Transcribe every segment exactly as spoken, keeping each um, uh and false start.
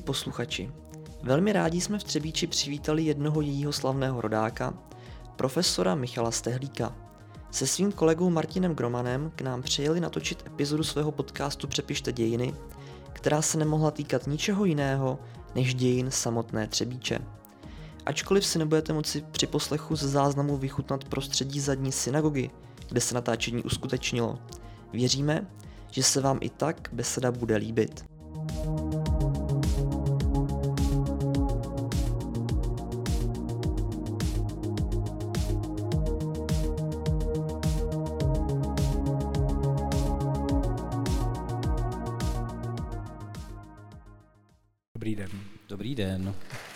posluchači, velmi rádi jsme v Třebíči přivítali jednoho jejího slavného rodáka, profesora Michala Stehlíka. Se svým kolegou Martinem Gromanem k nám přijeli natočit epizodu svého podcastu Přepište dějiny, která se nemohla týkat ničeho jiného než dějin samotné Třebíče. Ačkoliv si nebudete moci při poslechu ze záznamu vychutnat prostředí zadní synagogy, kde se natáčení uskutečnilo, věříme, že se vám i tak beseda bude líbit. Dobrý den. Dobrý den.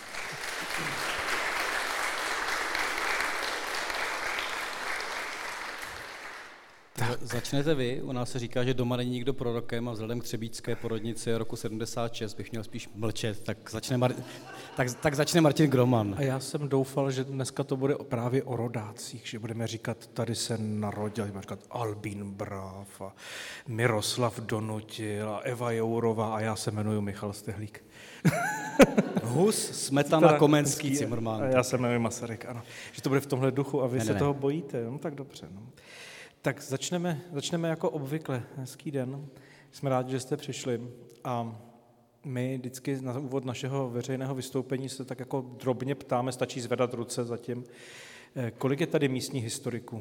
Tak. Začnete vy, u nás se říká, že doma není nikdo prorokem a vzhledem k třebíčské porodnici roku sedmdesát šest bych měl spíš mlčet, tak začne, Mar- tak, tak začne Martin Groman. A já jsem doufal, že dneska to bude právě o rodácích, že budeme říkat, tady se narodil, budeme říkat Albín Bráv a Miroslav Donutil a Eva Jourová a já se jmenuji Michal Stehlík. Hus, Smetana, teda, Komenský, Cimrman. A já se jmenuji Masaryk, ano. Že to bude v tomhle duchu a vy ne, se ne, toho ne. bojíte, no tak dobře. No. Tak začneme, začneme jako obvykle. Hezký den. Jsme rádi, že jste přišli. A my vždycky na úvod našeho veřejného vystoupení se tak jako drobně ptáme, stačí zvedat ruce zatím. Kolik je tady místních historiků?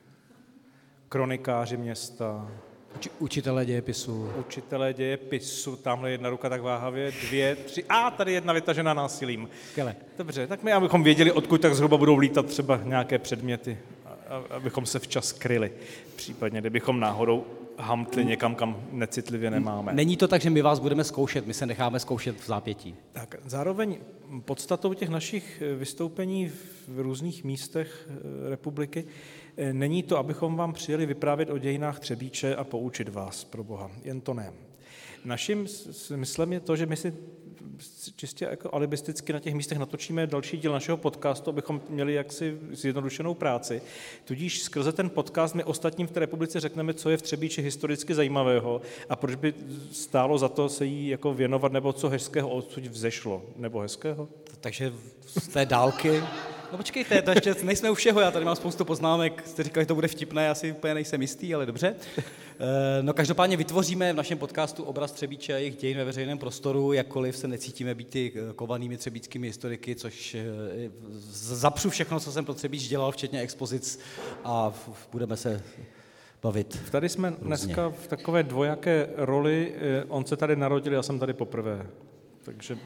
Kronikáři města? Uči, učitelé dějepisu. Učitelé dějepisu, tamhle jedna ruka tak váhavě, dvě, tři, a tady jedna vytažená násilím. Kele. Dobře, tak my, abychom věděli, odkud tak zhruba budou lítat třeba nějaké předměty, abychom se včas kryli, případně kdybychom náhodou hamtli někam, kam necitlivě nemáme. Není to tak, že my vás budeme zkoušet, my se necháme zkoušet v zápětí. Tak, zároveň podstatou těch našich vystoupení v různých místech republiky není to, abychom vám přijeli vyprávět o dějinách Třebíče a poučit vás, pro boha, jen to ne. Naším smyslem je to, že my si čistě jako alibisticky na těch místech natočíme další díl našeho podcastu, abychom měli jaksi zjednodušenou práci. Tudíž skrze ten podcast my ostatním v té republice řekneme, co je v Třebíči historicky zajímavého a proč by stálo za to se jí jako věnovat, nebo co hezkého odsud vzešlo, nebo hezkého. Takže z té dálky... No počkejte, to ještě nejsme u všeho, já tady mám spoustu poznámek, jste říkali, že to bude vtipné, já si úplně nejsem jistý, ale dobře. No každopádně vytvoříme v našem podcastu obraz Třebíče a jejich dějin ve veřejném prostoru, jakkoliv se necítíme být ty kovanými třebíčskými historiky, což zapřu všechno, co jsem pro Třebíč dělal, včetně expozic a budeme se bavit. Tady jsme různě. Dneska v takové dvojaké roli, on se tady narodil, já jsem tady poprvé, takže...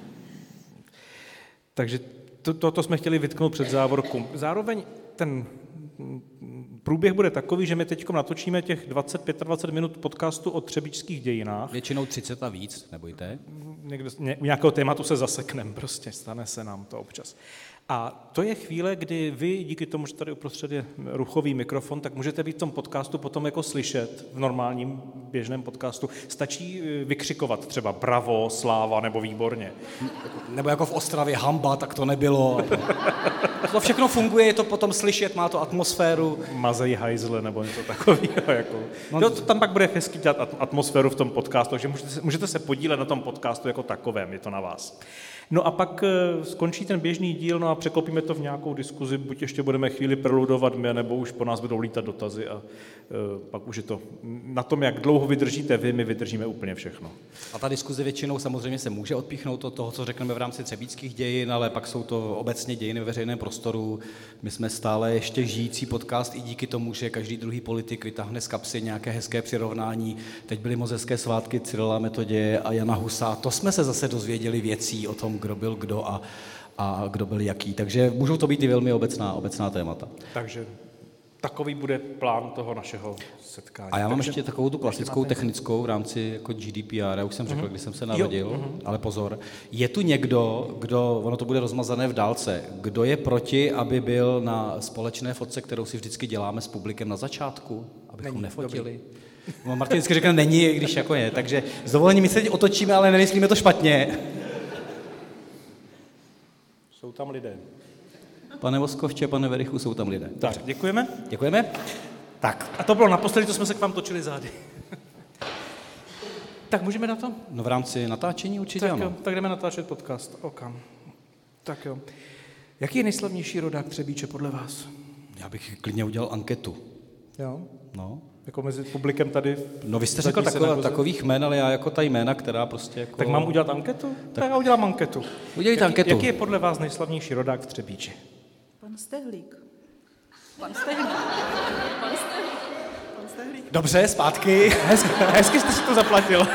takže To, toto jsme chtěli vytknout před závorku. Zároveň ten průběh bude takový, že my teď natočíme těch dvacet dvacet pět minut podcastu o třebíčských dějinách. Většinou třicet a víc, nebojte. Někdo, ně, nějakého tématu se zasekneme, prostě stane se nám to občas. A to je chvíle, kdy vy, díky tomu, že tady uprostřed je ruchový mikrofon, tak můžete být v tom podcastu potom jako slyšet v normálním běžném podcastu. Stačí vykřikovat třeba bravo, sláva nebo výborně. Nebo jako v Ostravě hamba, tak to nebylo. To všechno funguje, je to potom slyšet, má to atmosféru. Mazej hajzle nebo něco takového. Jako. No, jo, to tam pak bude hezky dělat atmosféru v tom podcastu, takže můžete, můžete se podílet na tom podcastu jako takovém, je to na vás. No a pak skončí ten běžný díl, no a překlopíme to v nějakou diskuzi, buď ještě budeme chvíli preludovat my, nebo už po nás budou lítat dotazy a uh, pak už je to na tom, jak dlouho vydržíte vy, my vydržíme úplně všechno. A ta diskuze většinou samozřejmě se může odpíchnout od toho, co řekneme v rámci třebíčských dějin, ale pak jsou to obecně dějiny ve veřejném prostoru. My jsme stále ještě žijící podcast i díky tomu, že každý druhý politik vytáhne z kapsy nějaké hezké přirovnání. Teď byly moc hezké svátky Cyrila Metoděje a Jana Husa. To jsme se zase dozvěděli věcí o tom, kdo byl kdo a, a kdo byl jaký. Takže můžou to být i velmi obecná, obecná témata. Takže takový bude plán toho našeho setkání. A já mám Takže ještě takovou tu klasickou máte... technickou v rámci jako G D P R, já už jsem řekl, uh-huh. když jsem se narodil, uh-huh. ale pozor, je tu někdo, kdo, ono to bude rozmazané v dálce, kdo je proti, aby byl na společné fotce, kterou si vždycky děláme s publikem na začátku, abychom není, nefotili. No, Martin vždycky řekne, není, když jako je, takže s dovolením my se teď otočíme, ale nemyslíme to špatně. Jsou tam lidé. Pane Voskovče, pane Verichu, jsou tam lidé. Tak, děkujeme. Děkujeme. Tak. A to bylo naposledy, co jsme se k vám točili zády. Tak můžeme na to? No v rámci natáčení určitě Tak ano. jo, tak jdeme natáčet podcast. Okam. Tak jo. Jaký je nejslavnější rodák Třebíče podle vás? Já bych klidně udělal anketu. Jo? No. Jako mezi publikem tady? No vy jste řekl takové, takových jmén, ale já jako ta jména, která prostě jako... Tak mám udělat anketu? Tak, tak já udělám anketu. Udělejte jaký, anketu. Jaký je podle vás nejslavnější rodák v Třebíči? Pan Stehlík. Pan Stehlík. Pan Stehlík. Pan Stehlík. Dobře, zpátky. Hezky, hezky jste si to zaplatil.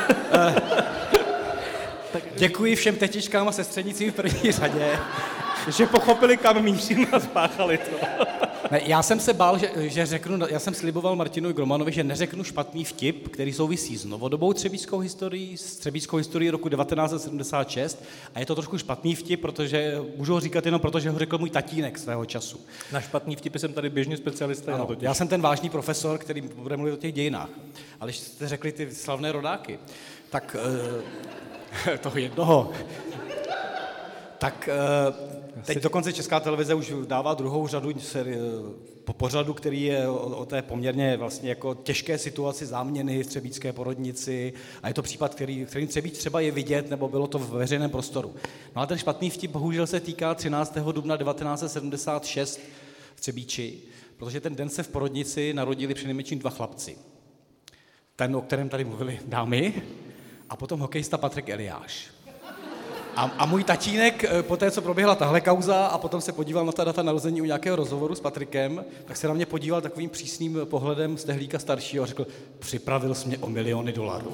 Tak děkuji všem tetičkám a sestřenicím v první řadě. Že pochopili, kam mířím a spáchali to. Ne, já jsem se bál, že, že řeknu, já jsem sliboval Martinu Gromanovi, že neřeknu špatný vtip, který souvisí s novodobou třebíčskou historií, s třebíčskou historií roku devatenáct set sedmdesát šest a je to trošku špatný vtip, protože můžu ho říkat jenom proto, že ho řekl můj tatínek svého času. Na špatný vtipy jsem tady běžně specialista. Ano, já jsem ten vážný profesor, který bude mluvit o těch dějinách. Ale když jste řekli ty slavné rodáky, tak uh, toho jednoho, tak uh, teď dokonce Česká televize už dává druhou řadu seri- po pořadu, který je o, o té poměrně vlastně jako těžké situaci záměny v třebíčské porodnici a je to případ, který, kterým Třebíč třeba je vidět, nebo bylo to v veřejném prostoru. No a ten špatný vtip bohužel se týká třináctého dubna devatenáct set sedmdesát šest v Třebíči, protože ten den se v porodnici narodili přinejmenším dva chlapci. Ten, o kterém tady mluvili dámy, a potom hokejista Patrik Eliáš. A, a můj tatínek, po té, co proběhla tahle kauza a potom se podíval na ta data narození u nějakého rozhovoru s Patrikem, tak se na mě podíval takovým přísným pohledem Stehlíka staršího a řekl, připravil jsi mě o miliony dolarů.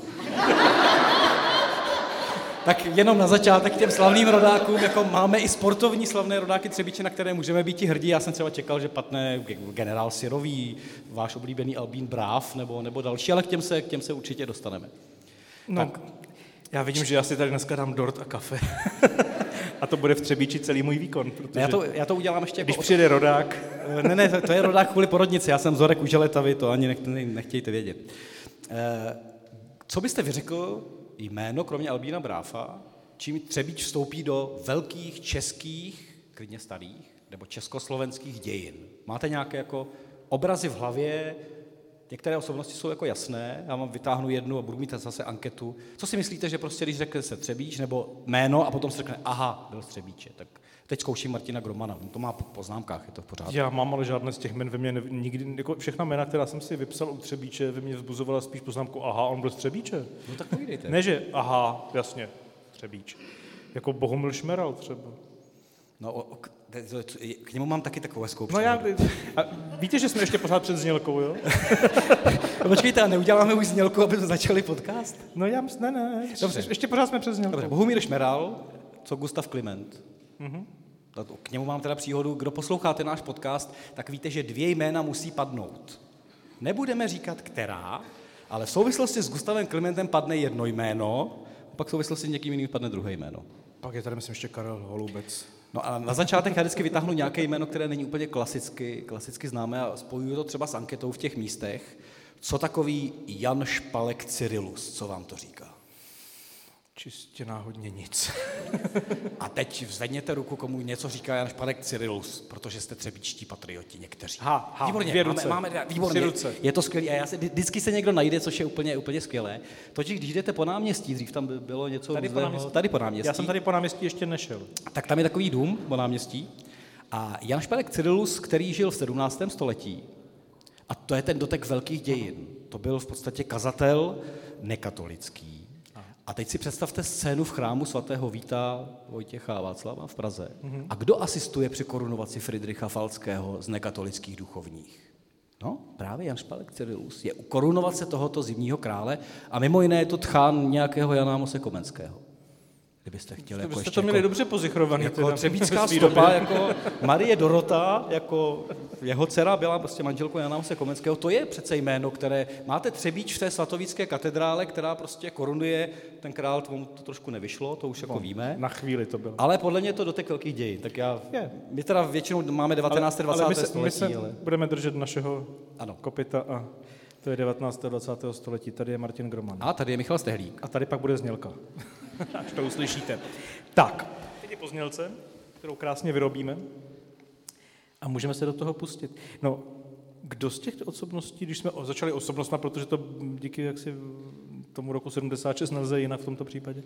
Tak jenom na začátek těm slavným rodákům, jako máme i sportovní slavné rodáky Třebíče, na které můžeme být i hrdí. Já jsem třeba čekal, že patne generál Syrový, váš oblíbený Albín Bráv nebo, nebo další, ale k těm se, k těm se určitě dostaneme. No, tak. Já vidím, že já si tady dneska dám dort a kafe. A to bude v Třebíči celý můj výkon. Protože Já to, já to udělám ještě jako... Když přijde rodák... Ne, ne, to, to je rodák kvůli porodnici, já jsem Zorek Uželeta, vy to ani nech, nechtějte vědět. Eh, co byste vyřekl jméno, kromě Albína Bráfa, čím Třebíč vstoupí do velkých českých, klidně starých, nebo československých dějin? Máte nějaké jako obrazy v hlavě? Některé osobnosti jsou jako jasné, já vám vytáhnu jednu a budu mít zase anketu. Co si myslíte, že prostě, když řekne se Třebíč nebo jméno a potom se řekne, aha, byl z Třebíče, tak teď zkouším Martina Gromana, on to má po poznámkách, je to v pořádku. Já mám, ale žádné z těch jmen ve mně ne, nikdy, jako všechna jména, která jsem si vypsal u Třebíče, ve mně vzbuzovala spíš poznámku, aha, on byl z Třebíče. No tak povídejte. Ne, že aha, jasně, Třebíč. Jako Bohumil Šmeral třeba. No, o, o, k němu mám taky takovou hezkou No já, příhodu. a víte, že jsme ještě pořád před znělkou, jo? No, počkejte, a neuděláme už znělku, aby jsme začali podcast? No já, ne, ne, Dobře. ještě pořád jsme před znělkou. Dobře, Bohumír Šmeral, co Gustav Kliment. Mm-hmm. K němu mám teda příhodu, kdo posloucháte náš podcast, tak víte, že dvě jména musí padnout. Nebudeme říkat, která, ale v souvislosti s Gustavem Klimentem padne jedno jméno, a pak v souvislosti s někým jiným padne druhé jméno. Pak je tady, myslím, ještě Karel Holubec. No a na začátek já vždycky vytáhnu nějaké jméno, které není úplně klasicky, klasicky známé a spojuju to třeba s anketou v těch místech. Co takový Jan Špalek Cyrillus, co vám to říká? Čistě náhodně nic. A teď zvedněte ruku, komu něco říká Jan Špalek Cyrillus, protože jste třebíčtí patrioti někteří. Ha, ha, výborně, dvě máme, ruce. máme, výborně, Tři ruce. je to skvělé. A já se, vždycky se někdo najde, což je úplně, úplně skvělé. Totiž, když jdete po náměstí, dřív tam bylo něco Tady po různého, náměstí? tady po náměstí. Já jsem tady po náměstí ještě nešel. Tak tam je takový dům po náměstí. A Jan Špalek Cyrillus, který žil v sedmnáctém století, a to je ten dotek velkých dějin. To byl v podstatě kazatel nekatolický. A teď si představte scénu v chrámu svatého Víta, Vojtěcha a Václava v Praze. Mm-hmm. A kdo asistuje při korunovaci Fridricha Falckého z nekatolických duchovních? No, právě Jan Špalek Cyrillus je u korunovace tohoto zimního krále a mimo jiné je to tchán nějakého Jana Amose Komenského. Kdybyste chtěli jako Jste ještě to měli jako, dobře pozichrovaný. jako třebíčská stopa, jako Marie Dorota, jako jeho dcera byla prostě manželkou Jana Amose Komenského. To je přece jméno, které máte Třebíč v té svatovícké katedrále, která prostě korunuje ten král, tomu to trošku nevyšlo, to už jako no, víme. Na chvíli to bylo. Ale podle mě je to dotek velkých dějin, tak já, je. my teda většinou máme devatenácté ale, ale dvacáté my se, století. My se ale... budeme držet našeho Ano. kopyta a to je devatenáctého dvacátého století. Tady je Martin Groman. A tady je Michal Stehlík. A tady pak bude znělka. Až to uslyšíte. Tak, teď je poznělce, kterou krásně vyrobíme a můžeme se do toho pustit. No, kdo z těchto osobností, když jsme začali osobnostma, protože to díky jaksi tomu roku sedmdesát šest nelze jinak v tomto případě,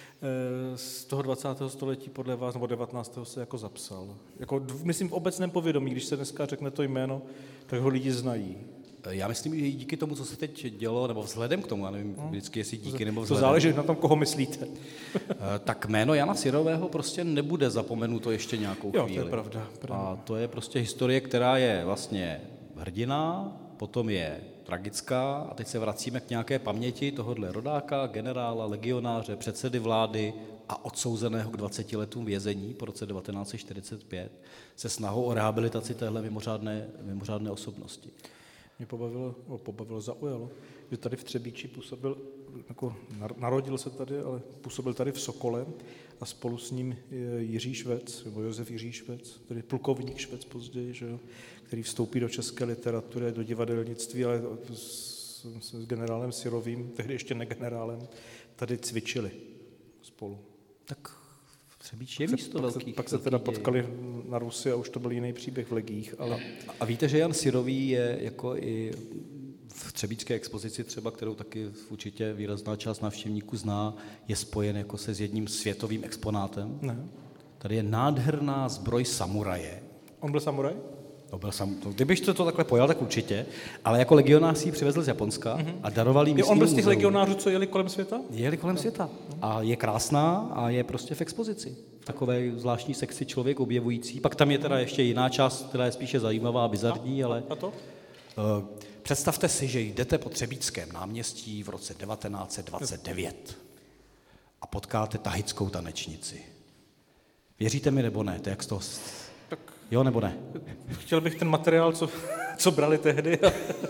z toho dvacátého století podle vás, nebo devatenáctého se jako zapsal? Jako, myslím v obecném povědomí, když se dneska řekne to jméno, tak ho lidi znají. Já myslím, že díky tomu, co se teď dělo, nebo vzhledem k tomu, já nevím vždycky, jestli díky nebo To vzhledem. záleží na tom, koho myslíte. Tak jméno Jana Syrového prostě nebude zapomenuto ještě nějakou jo, chvíli. Jo, to je pravda, pravda. A to je prostě historie, která je vlastně hrdinná, potom je tragická a teď se vracíme k nějaké paměti tohohle rodáka, generála, legionáře, předsedy vlády a odsouzeného k dvaceti letům vězení po roce devatenáct set čtyřicet pět se snahou o rehabilitaci téhle mimořádné, mimořádné osobnosti. Mě pobavilo, o, pobavilo, zaujalo, že tady v Třebíči působil, jako narodil se tady, ale působil tady v Sokole a spolu s ním Jiří Švec, nebo Josef Jiří Švec, tedy plukovník Švec později, že jo, který vstoupí do české literatury, do divadelnictví, ale s, s generálem Syrovým, tehdy ještě ne generálem, tady cvičili spolu. Tak Třebíč je místo pak velkých. Se, pak se teda potkali na Rusy a už to byl jiný příběh v Legích. Ale... A, a víte, že Jan Syrový je jako i v třebíčské expozici třeba, kterou taky určitě výrazná část návštěvníků zná, je spojen jako se s jedním světovým exponátem. Ne. Tady je nádherná zbroj samuraje. On byl samuraj? To byl sam, to, kdybych to, to takhle pojal, tak určitě, ale jako legionář si ji přivezl z Japonska mm-hmm. a daroval jí místnímu On byl z těch muzeu. legionářů, co jeli kolem světa? Jeli kolem no. světa. A je krásná a je prostě v expozici. V takové zvláštní sekci člověk objevující. Pak tam je teda ještě jiná část, která je spíše zajímavá a bizarní, ale... A to? Uh, představte si, že jdete po Třebíčském náměstí v roce devatenáct set dvacet devět a potkáte tahitskou tanečnici. Věříte mi nebo ne? To je jak z toho... Tak jo nebo ne? chtěl bych ten materiál, co, co brali tehdy.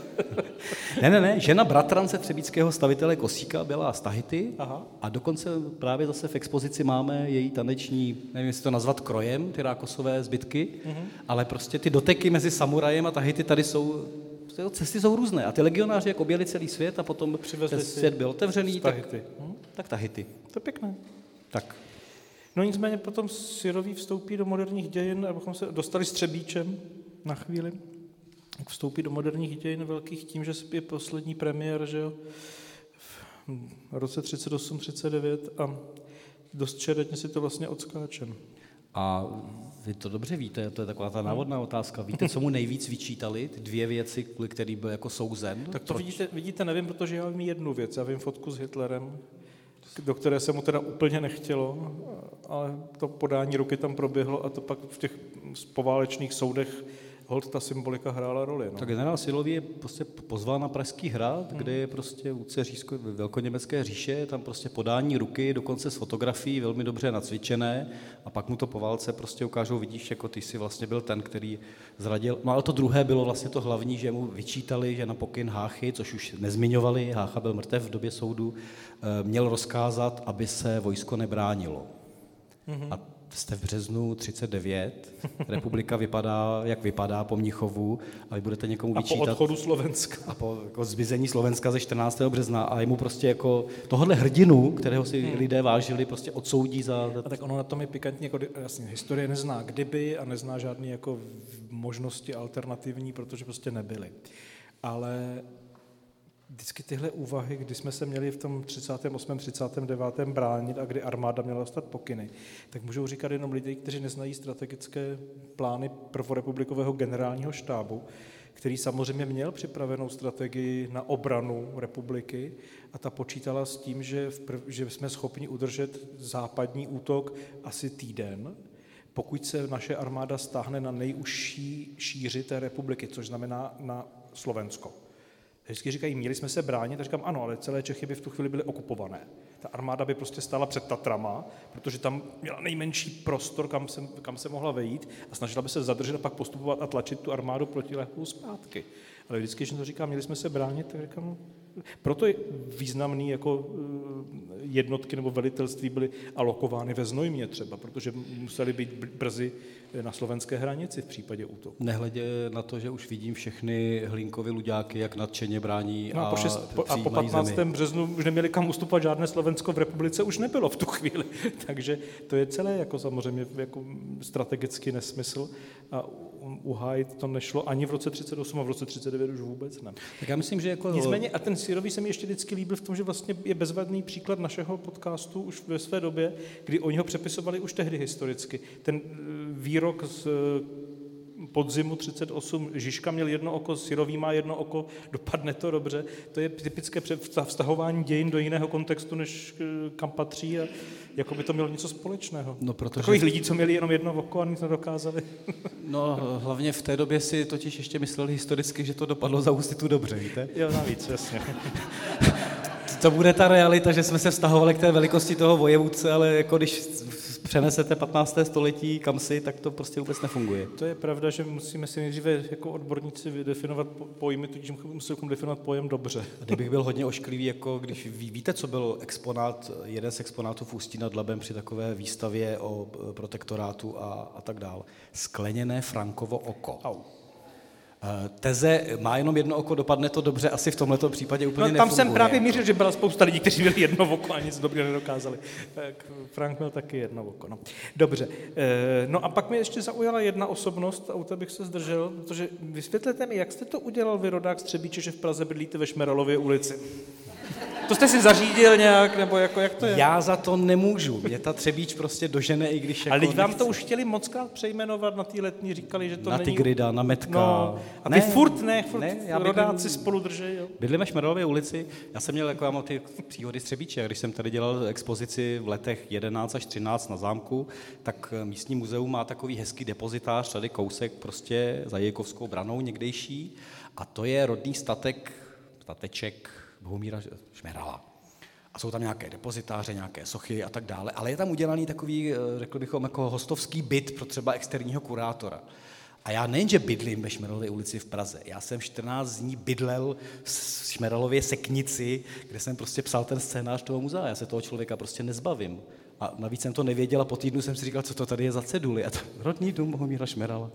ne, ne, ne. Žena bratrance třebíčského stavitele Kosíka byla z Tahiti. Aha. A dokonce právě zase v expozici máme její taneční, nevím, jestli to nazvat krojem, ty rákosové zbytky, mm-hmm. ale prostě ty doteky mezi samurajem a Tahiti tady jsou, cesty jsou různé. A ty legionáři jak objeli celý svět a potom ten svět byl otevřený, tak, hm, tak Tahiti. To je pěkné. Tak. No nicméně potom Syrový vstoupí do moderních dějin, abychom se dostali s Třebíčem na chvíli, vstoupí do moderních dějin velkých tím, že je poslední premiér, že jo, v roce třicet osm třicet devět a dost čeretně si to vlastně odskáčem. A vy to dobře víte, to je taková ta návodná otázka. Víte, co mu nejvíc vyčítali, ty dvě věci, kvůli který byl jako souzen? Tak to vidíte, vidíte, nevím, protože já vím jednu věc, já vím fotku s Hitlerem, do které se mu teda úplně nechtělo, ale to podání ruky tam proběhlo a to pak v těch poválečných soudech holt ta symbolika hrála roli. No. Tak generál Syrový je prostě pozván na Pražský hrad, hmm. kde je prostě u Ceřísko, velkoněmecké říše, tam prostě podání ruky, dokonce s fotografií, velmi dobře nacvičené a pak mu to po válce prostě ukážou, vidíš, jako ty jsi vlastně byl ten, který zradil. No ale to druhé bylo vlastně to hlavní, že mu vyčítali, že na pokyn Háchy, což už nezmiňovali, Hácha byl mrtev v době soudu, měl rozkázat, aby se vojsko nebránilo. Hmm. A jste v březnu třicet devět, republika vypadá, jak vypadá po Mnichovu a vy budete někomu vyčítat... A po odchodu Slovenska. A po jako zmizení Slovenska ze čtrnáctého března a jemu prostě jako tohohle hrdinu, kterého si hmm. lidé vážili, prostě odsoudí za... A tak ono na tom je pikantně, jako jasně, historie nezná kdyby a nezná žádné jako možnosti alternativní, protože prostě nebyly. Ale vždycky tyhle úvahy, kdy jsme se měli v tom třicátém osmém třicátém devátém bránit a kdy armáda měla dostat pokyny, tak můžou říkat jenom lidi, kteří neznají strategické plány prvorepublikového generálního štábu, který samozřejmě měl připravenou strategii na obranu republiky a ta počítala s tím, že, v prv, že jsme schopni udržet západní útok asi týden, pokud se naše armáda stáhne na nejužší šíři té republiky, což znamená na Slovensko. Vždycky říkají, měli jsme se bránit, a říkám, ano, ale celé Čechy by v tu chvíli byly okupované. Ta armáda by prostě stála před Tatrama, protože tam měla nejmenší prostor, kam se, kam se mohla vejít a snažila by se zadržet a pak postupovat a tlačit tu armádu protilehlou zpátky. Ale vždycky, když to říkám, měli jsme se bránit, tak říkám, proto je významný jako jednotky nebo velitelství byly alokovány ve Znojmě třeba, protože museli být brzy na slovenské hranici v případě útoku. Nehledě na to, že už vidím všechny Hlínkovy luďáky, jak nadšeně brání no a, a, po šest, po, a po patnáctém březnu už neměli kam ustupovat žádné slovenské Slovensko v republice už nebylo v tu chvíli. Takže to je celé jako samozřejmě jako strategický nesmysl a uhájit to nešlo ani v roce třicet osm a v roce třicet devět už vůbec ne. Tak já myslím, že jako... Nicméně, a ten Syrový se mi ještě vždycky líbil v tom, že vlastně je bezvadný příklad našeho podcastu už ve své době, kdy oni ho přepisovali už tehdy historicky. Ten výrok z podzimu třicet osm, Žižka měl jedno oko, Syrový má jedno oko, dopadne to dobře. To je typické vztahování dějin do jiného kontextu, než kam patří a jako by to mělo něco společného. No, protože... Takových lidí, co měli jenom jedno oko a nic nedokázali. No, hlavně v té době si totiž ještě mysleli historicky, že to dopadlo za Ústitu dobře, víte? Jo, navíc, jasně. To bude ta realita, že jsme se vztahovali k té velikosti toho vojevůdce, ale jako když přenesete patnácté století kam si, tak to prostě vůbec nefunguje. To je pravda, že musíme si nejdříve jako odborníci definovat pojmy, tudíž musíme definovat pojem dobře. A kdybych byl hodně ošklivý, jako když ví, víte, co byl exponát, jeden z exponátů v Ústí nad Labem při takové výstavě o protektorátu a, a tak dál. Skleněné Frankovo oko. Au. Teze má jenom jedno oko, dopadne to dobře, asi v tomto případě úplně no, tam nefunguje. jsem právě mířil, že byla spousta lidí, kteří měli jedno oko a nic dobrého nedokázali. Tak Frank měl taky jedno oko. No. Dobře. No a pak mě ještě zaujala jedna osobnost, a u té bych se zdržel, protože vysvětlete mi, jak jste to udělal vy, rodák z Třebíče, že v Praze bydlíte ve Šmeralově ulici. To jste si zařídil nějak, nebo jako, jak to je? Já za to nemůžu. Mě ta Třebíč prostě dožene, i když jako ale teď vám nechci. to už chtěli mockrát přejmenovat na té Letní, říkali, že to na není... Na Tigrida, na Metka. No, a ty ne, furt ne, furt ne, já rodáci spolu drží, jo? Bydlíme v Šmeralově ulici. Já jsem měl, jako já mám ty příhody z Třebíče, když jsem tady dělal expozici v letech jedenáct až třináct na zámku, tak místní muzeum má takový hezký depozitář, tady kousek prostě za Jejkovskou branou někdejší, a to je rodný statek, stateček Bohumíra Šmerala. A jsou tam nějaké depozitáře, nějaké sochy a tak dále, ale je tam udělaný takový, řekl bychom, jako hostovský byt pro třeba externího kurátora. A já nejenže bydlím ve Šmeralově ulici v Praze, já jsem čtrnáct dní bydlel v Šmeralově Seknici, kde jsem prostě psal ten scénář toho muzea, já se toho člověka prostě nezbavím. A navíc jsem to nevěděl a po týdnu jsem si říkal, co to tady je za ceduly. A to rodný dům Bohumíra Šmerala.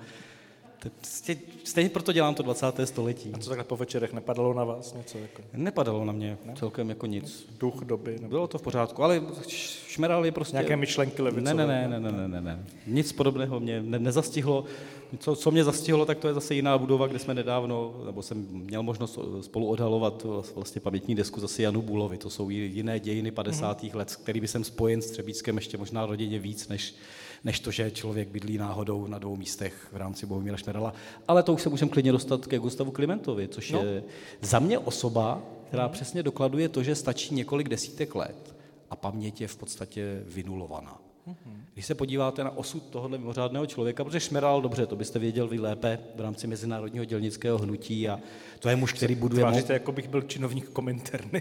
Stejně proto dělám to dvacáté století. A co takhle po večerech, nepadalo na vás něco? Jako? Nepadalo na mě, ne? Celkem jako nic. Duch doby? Nebo... Bylo to v pořádku, ale Šmeral je prostě... Nějaké myšlenky levicové? Ne, ne, ne, ne, ne, ne, ne. Nic podobného mě ne, nezastihlo. Co, co mě zastihlo, tak to je zase jiná budova, kde jsme nedávno, nebo jsem měl možnost spolu odhalovat vlastně pamětní desku zase Janu Bulovi. To jsou jiné dějiny padesátých mm-hmm. let, s kterými jsem spojen s Třebíčskem ještě možná rodině víc, než než to, že člověk bydlí náhodou na dvou místech v rámci Bohumíra Šmerala. Ale to už se můžeme klidně dostat ke Gustavu Klimentovi, což no. je za mě osoba, která mm. přesně dokladuje to, že stačí několik desítek let a paměť je v podstatě vynulovaná. Mm-hmm. Když se podíváte na osud tohohle mimořádného člověka, protože Šmeral, dobře, to byste věděl vy lépe v rámci mezinárodního dělnického hnutí a to je muž, který buduje... Tváříte, jako bych byl činovník Kominterny.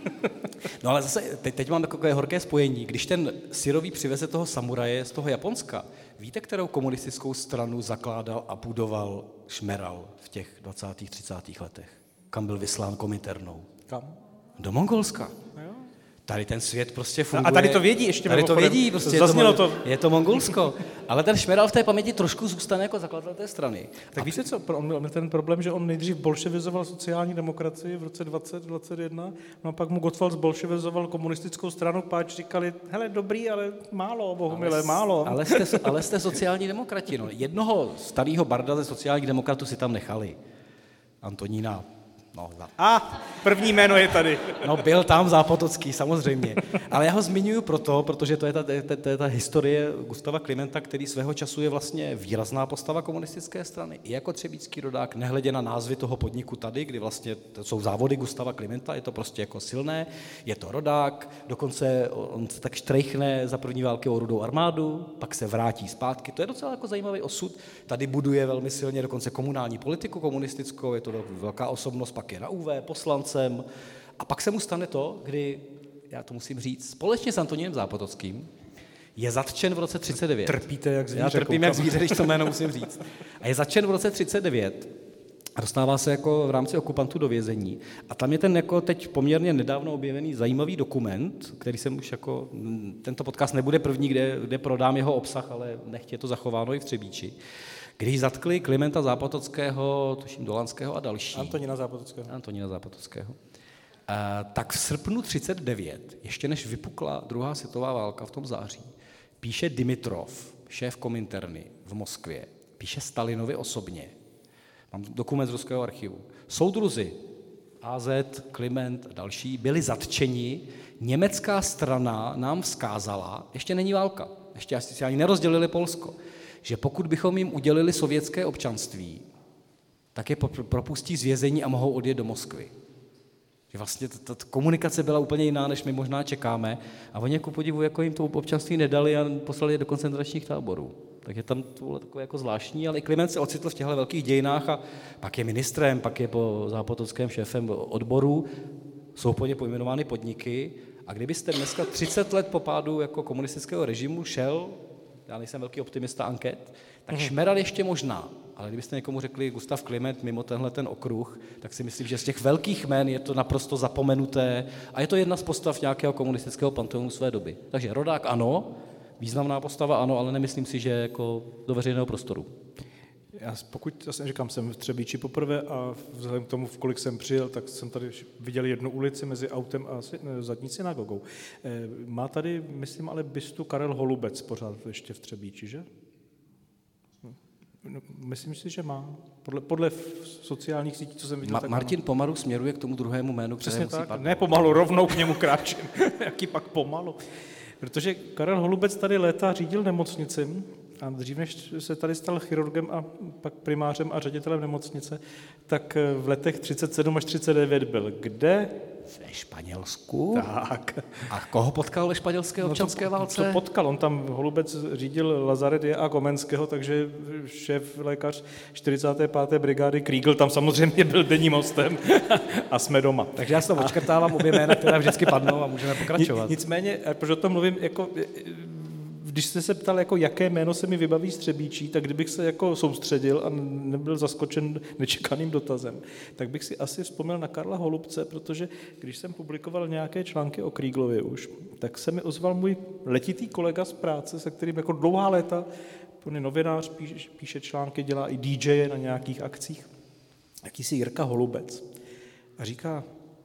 No ale zase, teď, teď mám takové horké spojení. Když ten Syrový přiveze toho samuraje z toho Japonska, víte, kterou komunistickou stranu zakládal a budoval Šmeral v těch dvacátých třicátých letech? Kam byl vyslán Kominternou? Kam? Do Mongolska. Jo. Tady ten svět prostě funguje. A tady to vědí ještě. Tady to vědí, prostě Zaznělo je to, to. Je to Mongolsko. Ale ten Šmeral v té paměti trošku zůstane jako zakladatel té strany. Tak a víte co, on měl ten problém, že on nejdřív bolševizoval sociální demokracii v roce dvacet dvacet jedna, no a pak mu Gottwald zbolševizoval komunistickou stranu, páč říkali, hele, dobrý, ale málo, Bohumile, málo. Ale jste, ale jste sociální demokrati. No. Jednoho starého barda ze sociálních demokratů si tam nechali. Antonína. No, a první jméno je tady. No, byl tam Zápotocký, samozřejmě. Ale já ho zmiňuji proto, protože to je ta, ta, ta, ta historie Gustava Klimenta, který svého času je vlastně výrazná postava komunistické strany. I jako třebíčský rodák, nehledě na názvy toho podniku tady, kdy vlastně to jsou závody Gustava Klimenta, je to prostě jako silné, je to rodák, dokonce on se tak štrejchne za první války o Rudou armádu, pak se vrátí zpátky. To je docela jako zajímavý osud. Tady buduje velmi silně dokonce komunální politiku komunistickou, je to velká osobnost, pak je na U V, poslancem a pak se mu stane to, kdy, já to musím říct, společně s Antonínem Zápotockým je zatčen v roce třicet devět. Trpíte jak zvíře. Já trpím jak zvíře, když to jméno musím říct. A je zatčen v roce třicet devět a dostává se jako v rámci okupantů do vězení. A tam je ten jako teď poměrně nedávno objevený zajímavý dokument, který jsem už jako, tento podcast nebude první, kde, kde prodám jeho obsah, ale nechť je to zachováno i v Třebíči. Když zatkli Klimenta Zápotockého, tuším Dolanského a další. Antonína Zápotockého. Antonína Zápotockého. tak v srpnu třicet devět, ještě než vypukla druhá světová válka v tom září, píše Dimitrov, šéf Kominterny v Moskvě, píše Stalinovi osobně. Mám dokument z ruského archivu. Soudruzi á zet, Kliment a další byli zatčeni. Německá strana nám vzkázala, ještě není válka, ještě asi ani nerozdělili Polsko, že pokud bychom jim udělili sovětské občanství, tak je propustí z vězení a mohou odjet do Moskvy. Že vlastně ta, ta komunikace byla úplně jiná, než my možná čekáme, a oni jako podivu jako jim to občanství nedali a poslali je do koncentračních táborů. Tak je tam tohle takové jako zvláštní, ale i Kliment se ocitl v těchto velkých dějinách a pak je ministrem, pak je po zápotockém šéfem odboru, jsou po ně pojmenovány podniky, a kdybyste dneska třicet let po pádu jako komunistického režimu šel, já nejsem velký optimista anket, tak šmeral ještě možná, ale kdybyste někomu řekli Gustav Kliment mimo tenhle ten okruh, tak si myslím, že z těch velkých jmén je to naprosto zapomenuté a je to jedna z postav nějakého komunistického panteonu své doby. Takže rodák ano, významná postava ano, ale nemyslím si, že jako do veřejného prostoru. Já pokud, já říkám, jsem v Třebíči poprvé a vzhledem k tomu, v kolik jsem přijel, tak jsem tady viděl jednu ulici mezi autem a zadní synagogou. Má tady, myslím, ale bystu Karel Holubec pořád ještě v Třebíči, že? Myslím si, že má. Podle, podle sociálních sítí, co jsem viděl. Ma- Martin pomalu směruje k tomu druhému jménu, které musí padnout. Ne pomalu, rovnou k němu kráčím. Jaký pak pomalu. Protože Karel Holubec tady léta řídil nemocnici a dřív, než se tady stal chirurgem a pak primářem a ředitelem nemocnice, tak v letech třicet sedm až třicet devět byl kde? Ve Španělsku. Tak. A koho potkal ve španělské občanské no to, válce? Co potkal? On tam Holubec řídil lazaret J A Komenského, takže šéf lékař čtyřicáté páté brigády Kriegl tam samozřejmě byl denním hostem a jsme doma. Takže já si to odškrtávám obě jména, která vždycky padnou a můžeme pokračovat. Nicméně, proč o tom mluvím, jako, když jste se ptal, jako, jaké jméno se mi vybaví z Třebíčí, tak kdybych se jako soustředil a nebyl zaskočen nečekaným dotazem, tak bych si asi vzpomněl na Karla Holubce, protože když jsem publikoval nějaké články o Krieglově už, tak se mi ozval můj letitý kolega z práce, se kterým jako dlouhá léta, on je novinář, píše, píše články, dělá i dý džeje na nějakých akcích, jakýsi Jirka Holubec. A říká,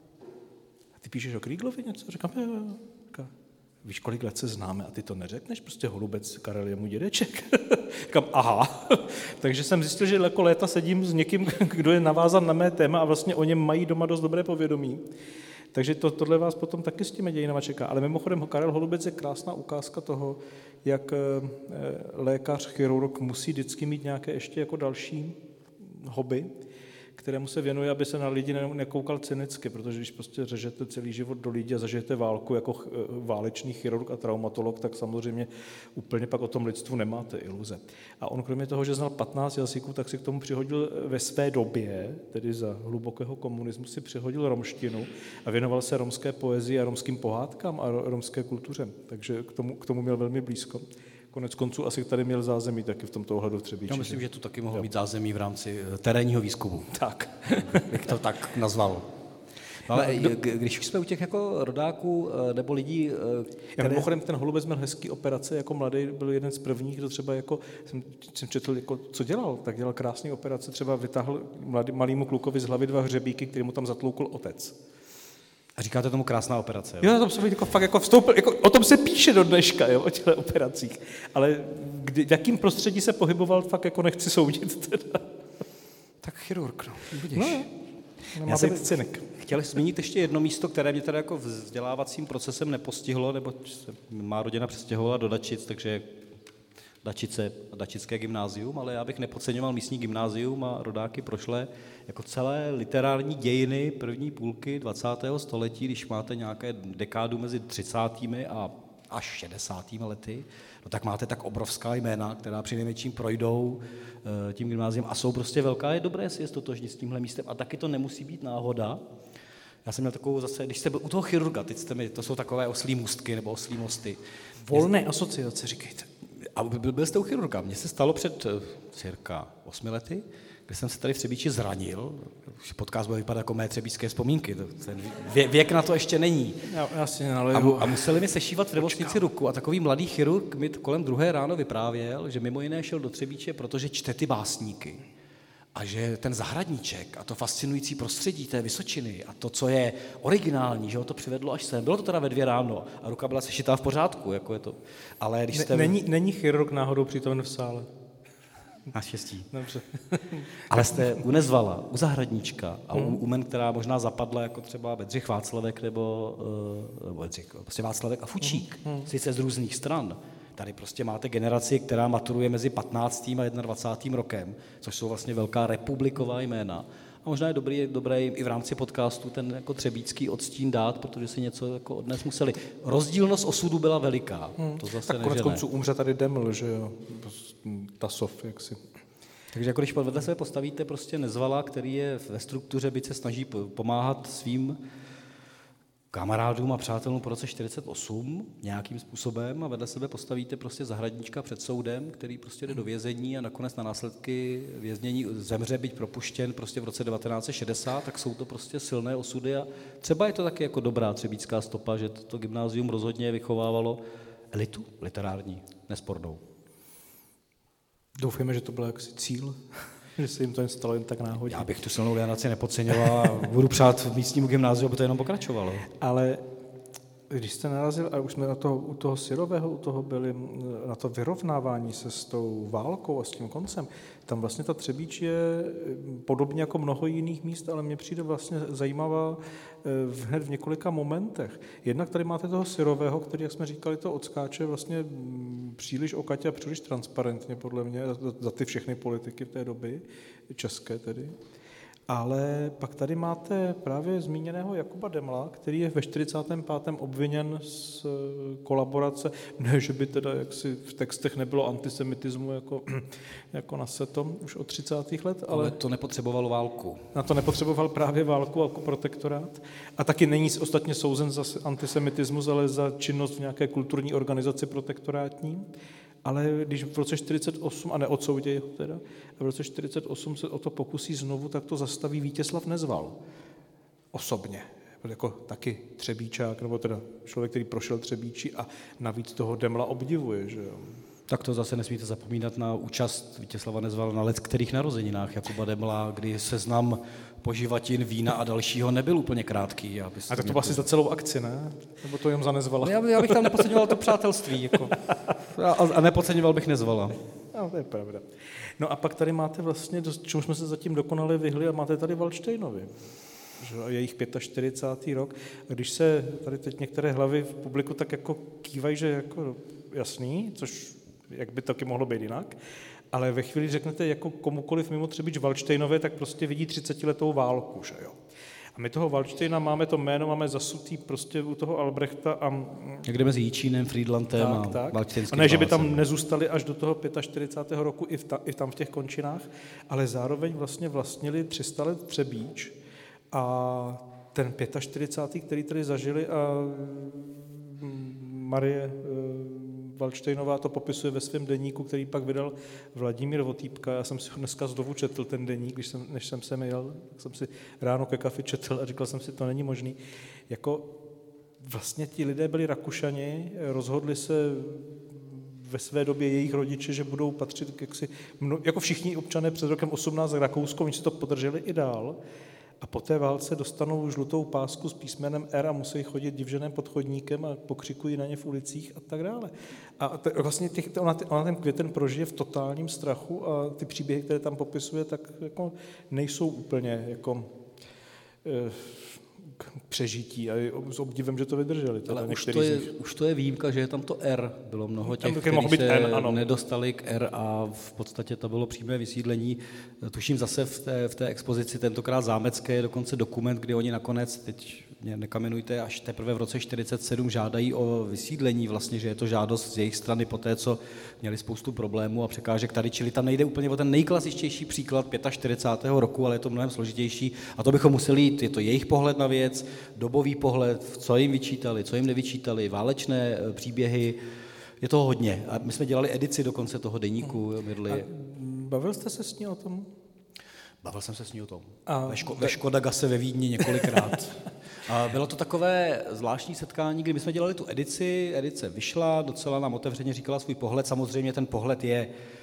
a ty píšeš o Krieglovi něco? Říkám, jo, jo. Říká, víš, kolik let se známe a ty to neřekneš? Prostě Holubec, Karel je můj dědeček. Říkám, aha. Takže jsem zjistil, že jako léta sedím s někým, kdo je navázan na mé téma a vlastně o něm mají doma dost dobré povědomí. Takže to, tohle vás potom taky s těmi dějinama čeká. Ale mimochodem Karel Holubec je krásná ukázka toho, jak lékař, chirurg musí vždycky mít nějaké ještě jako další hobby, kterému se věnuje, aby se na lidi nekoukal cynicky, protože když prostě řežete celý život do lidí a zažijete válku jako válečný chirurg a traumatolog, tak samozřejmě úplně pak o tom lidstvu nemáte iluze. A on kromě toho, že znal patnáct jazyků, tak si k tomu přihodil ve své době, tedy za hlubokého komunismu, si přihodil romštinu a věnoval se romské poezii a romským pohádkám a romské kultuře. Takže k tomu, k tomu měl velmi blízko. Konec konců asi tady měl zázemí taky v tomto ohledu v Třebíči. Já myslím, že tu taky mohlo mít zázemí v rámci terénního výzkumu. Tak. Bych to tak nazval. No, ale no, když jsme u těch jako rodáků nebo lidí... Které... Mimochodem ten Holubec měl hezký operace, jako mladý byl jeden z prvních, kdo třeba jako, jsem, jsem četl, jako, co dělal, tak dělal krásné operace, třeba vytáhl mladý, malýmu klukovi z hlavy dva hřebíky, který mu tam zatloukl otec. A říkáte tomu krásná operace, jo? Jo, tam jsem jako, fakt jako vstoupil, jako, o tom se píše do dneška, jo, o těchto operacích. Ale kdy, v jakým prostředí se pohyboval, fakt jako nechci soudit teda. Tak chirurg, no, budeš. No, já jsem cynik. Chtěl zmínit ještě jedno místo, které mě teda jako vzdělávacím procesem nepostihlo, nebo má rodina přestěhovala do Dačic, takže Dačice a Dačické gymnázium, ale já bych nepodceňoval místní gymnázium a rodáky prošlé jako celé literární dějiny první půlky dvacátého století, když máte nějaké dekádu mezi třicátými a až šedesátými lety, no tak máte tak obrovská jména, která přinejmenším projdou e, tím gymnáziem a jsou prostě velká. Je dobré si je stotožnit s tímhle místem a taky to nemusí být náhoda. Já jsem měl takovou zase, když jste byl u toho chirurga, teď jste mi, to jsou takové oslí můstky nebo oslí mosty. Volné asociace, říkejte. A byl, byl jste u chirurga. Mně se stalo před cirka osmi lety, kdy jsem se tady v Třebíči zranil. Podcast bude vypadat jako mé třebíčské vzpomínky. Ten vě, věk na to ještě není. Já, já si a, a museli mi sešívat v nemocnici ruku. A takový mladý chirurg mi kolem druhé ráno vyprávěl, že mimo jiné šel do Třebíče, protože čte ty básníky. A že ten zahradníček a to fascinující prostředí té Vysočiny a to, co je originální, že ho to přivedlo až sem. Bylo to teda ve dvě ráno a ruka byla sešitá v pořádku, jako je to. Ale když jste... Není, není chirurg náhodou přítomen v sále? Naštěstí. Dobře. Ale jste u Nezvala, u zahradníčka a u, u men, která možná zapadla jako třeba Bedřich Václavek nebo, uh, Bedřich, prostě Václavek a Fučík, hmm. sice z různých stran. Tady prostě máte generaci, která maturuje mezi patnáctým a dvacátým prvním rokem, což jsou vlastně velká republiková jména. A možná je dobrý, dobré i v rámci podcastu ten jako třebícký odstín dát, protože si něco jako odnes museli. Rozdílnost osudu byla veliká. Hmm. To zase tak konec konců umře tady Deml, že jo, Tasov, jaksi. Takže jako když vedle sebe postavíte prostě Nezvala, který je ve struktuře, byť se snaží pomáhat svým kamarádům a přátelům po roce čtyřicet osm nějakým způsobem a vedle sebe postavíte prostě zahradníčka před soudem, který prostě jde do vězení a nakonec na následky věznění zemře, byť propuštěn prostě v roce devatenáct set šedesát, tak jsou to prostě silné osudy a třeba je to taky jako dobrá třebíčská stopa, že to gymnázium rozhodně vychovávalo elitu literární, nespornou. Doufujeme, že to byl jaksi cíl, že se jim to stalo jen tak náhodně. Já bych tu silnou generaci nepodceňoval a budu přát v místnímu gymnáziu, aby to jenom pokračovalo. Ale když jste narazil, a už jsme na toho, u toho Syrového, u toho byli, na to vyrovnávání se s tou válkou a s tím koncem, tam vlastně ta Třebíč je podobně jako mnoho jiných míst, ale mně přijde vlastně zajímavá hned v několika momentech. Jednak tady máte toho Syrového, který, jak jsme říkali, to odskáče vlastně příliš okatě a příliš transparentně, podle mě, za ty všechny politiky v té doby, české tedy. Ale pak tady máte právě zmíněného Jakuba Demla, který je ve čtyřicátém pátém obviněn z kolaborace, ne, že by teda jaksi v textech nebylo antisemitismu jako, jako na setom už od třicátých let, ale... ale to nepotřebovalo válku. Na to nepotřeboval právě válku jako protektorát. A taky není ostatně souzen za antisemitismus, ale za činnost v nějaké kulturní organizaci protektorátní. Ale když v roce čtyřicet osm, a neodsoudí ho teda, a v roce čtyřicet osm se o to pokusí znovu, tak to zastaví Vítězslav Nezval. Osobně. Jako taky Třebíčák, nebo teda člověk, který prošel Třebíči a navíc toho Demla obdivuje, že jo. Tak to zase nesmíte zapomínat na účast Vítězslava Nezvala na leckterých narozeninách Jakuba Demla, kdy seznam poživatin, vína a dalšího nebyl úplně krátký. A tak to asi za celou akci, ne? Nebo to jen za Nezvala? Já, já bych tam nepodceňoval to přátelství. Jako. A, a nepodceňoval bych Nezvala. No, to je pravda. No a pak tady máte vlastně, čemu jsme se zatím dokonale vyhli, a máte tady Valdštejnovi. Je jich čtyřicátý pátý rok. A když se tady teď některé hlavy v publiku tak jako kývají, že jako jasný, což jak by taky mohlo být jinak, ale ve chvíli řeknete jako komukoliv mimo Třebíč Valdštejnové, tak prostě vidí třicetiletou válku, že jo. A my toho Valdštejna máme to jméno, máme zasutý prostě u toho Albrechta a... Někde mezi Jičínem, Friedlandem a Valdštejnským. A ne, že by tam nezůstali až do toho čtyřicátého pátého roku i, v ta, i tam v těch končinách, ale zároveň vlastně vlastnili tři sta let Třebíč a ten čtyřicátý pátý který tady zažili a Marie Valdštejnová to popisuje ve svém deníku, který pak vydal Vladimír Votýpka. Já jsem si ho dneska znovu četl, ten deník, když jsem, než jsem sem jel, tak jsem si ráno ke kafi četl a říkal jsem si, to není možný. Jako vlastně ti lidé byli Rakušani, rozhodli se ve své době jejich rodiče, že budou patřit jaksi, jako všichni občané před rokem osmnáct k Rakousku, oni si to podrželi i dál. A po té válce dostanou žlutou pásku s písmenem R a musí chodit divženým pod chodníkem a pokřikují na ně v ulicích a tak dále. A to, vlastně těch, ona, ona ten Květen prožije v totálním strachu a ty příběhy, které tam popisuje, tak jako nejsou úplně jako eh, k přežití a s obdivem, že to vydrželi. Ale už to, je, už to je výjimka, že je tam to R. Bylo mnoho těch, kteří se N, nedostali k R a v podstatě to bylo přímé vysídlení. Tuším zase v té, v té expozici, tentokrát zámecké, je dokonce dokument, kdy oni nakonec, teď mě nekamenujte, až teprve v roce čtyřicet sedm žádají o vysídlení, vlastně, že je to žádost z jejich strany po té, co měli spoustu problémů a překážek tady, čili tam nejde úplně o ten nejklasičtější příklad čtyřicátého pátého roku, ale je to mnohem složitější a to bychom museli jít, je to jejich pohled na věc, dobový pohled, co jim vyčítali, co jim nevyčítali, válečné příběhy, je toho hodně. A my jsme dělali edici dokonce toho deníku. A bavil jste se s ní o tom? Bavil jsem se s ní o tom. A ve, Ško- ve Škodagase ve Vídni několikrát. A bylo to takové zvláštní setkání, kdy my jsme dělali tu edici, edice vyšla, docela nám otevřeně říkala svůj pohled. Samozřejmě ten pohled je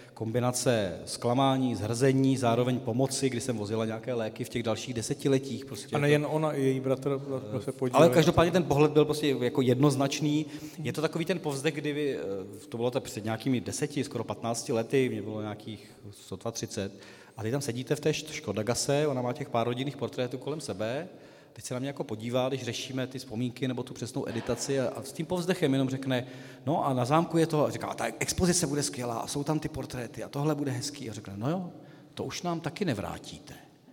kombinace zklamání, zhrzení, zároveň pomoci, kdy jsem vozila nějaké léky v těch dalších desetiletích. Prostě a nejen ona, i její bratr se podílel. Ale každopádně ten pohled byl prostě jako jednoznačný. Je to takový ten povzdech, kdy vy, to bylo to před nějakými deseti, skoro patnácti lety, mě bylo nějakých sto třicet, a ty tam sedíte v té Škodagase, ona má těch pár rodinných portrétů kolem sebe, teď se na mě jako podívá, když řešíme ty vzpomínky nebo tu přesnou editaci a, a s tím povzdechem jenom řekne, no a na zámku je to, a říká, a ta expozice bude skvělá a jsou tam ty portréty a tohle bude hezký. A řekne, no jo, to už nám taky nevrátíte.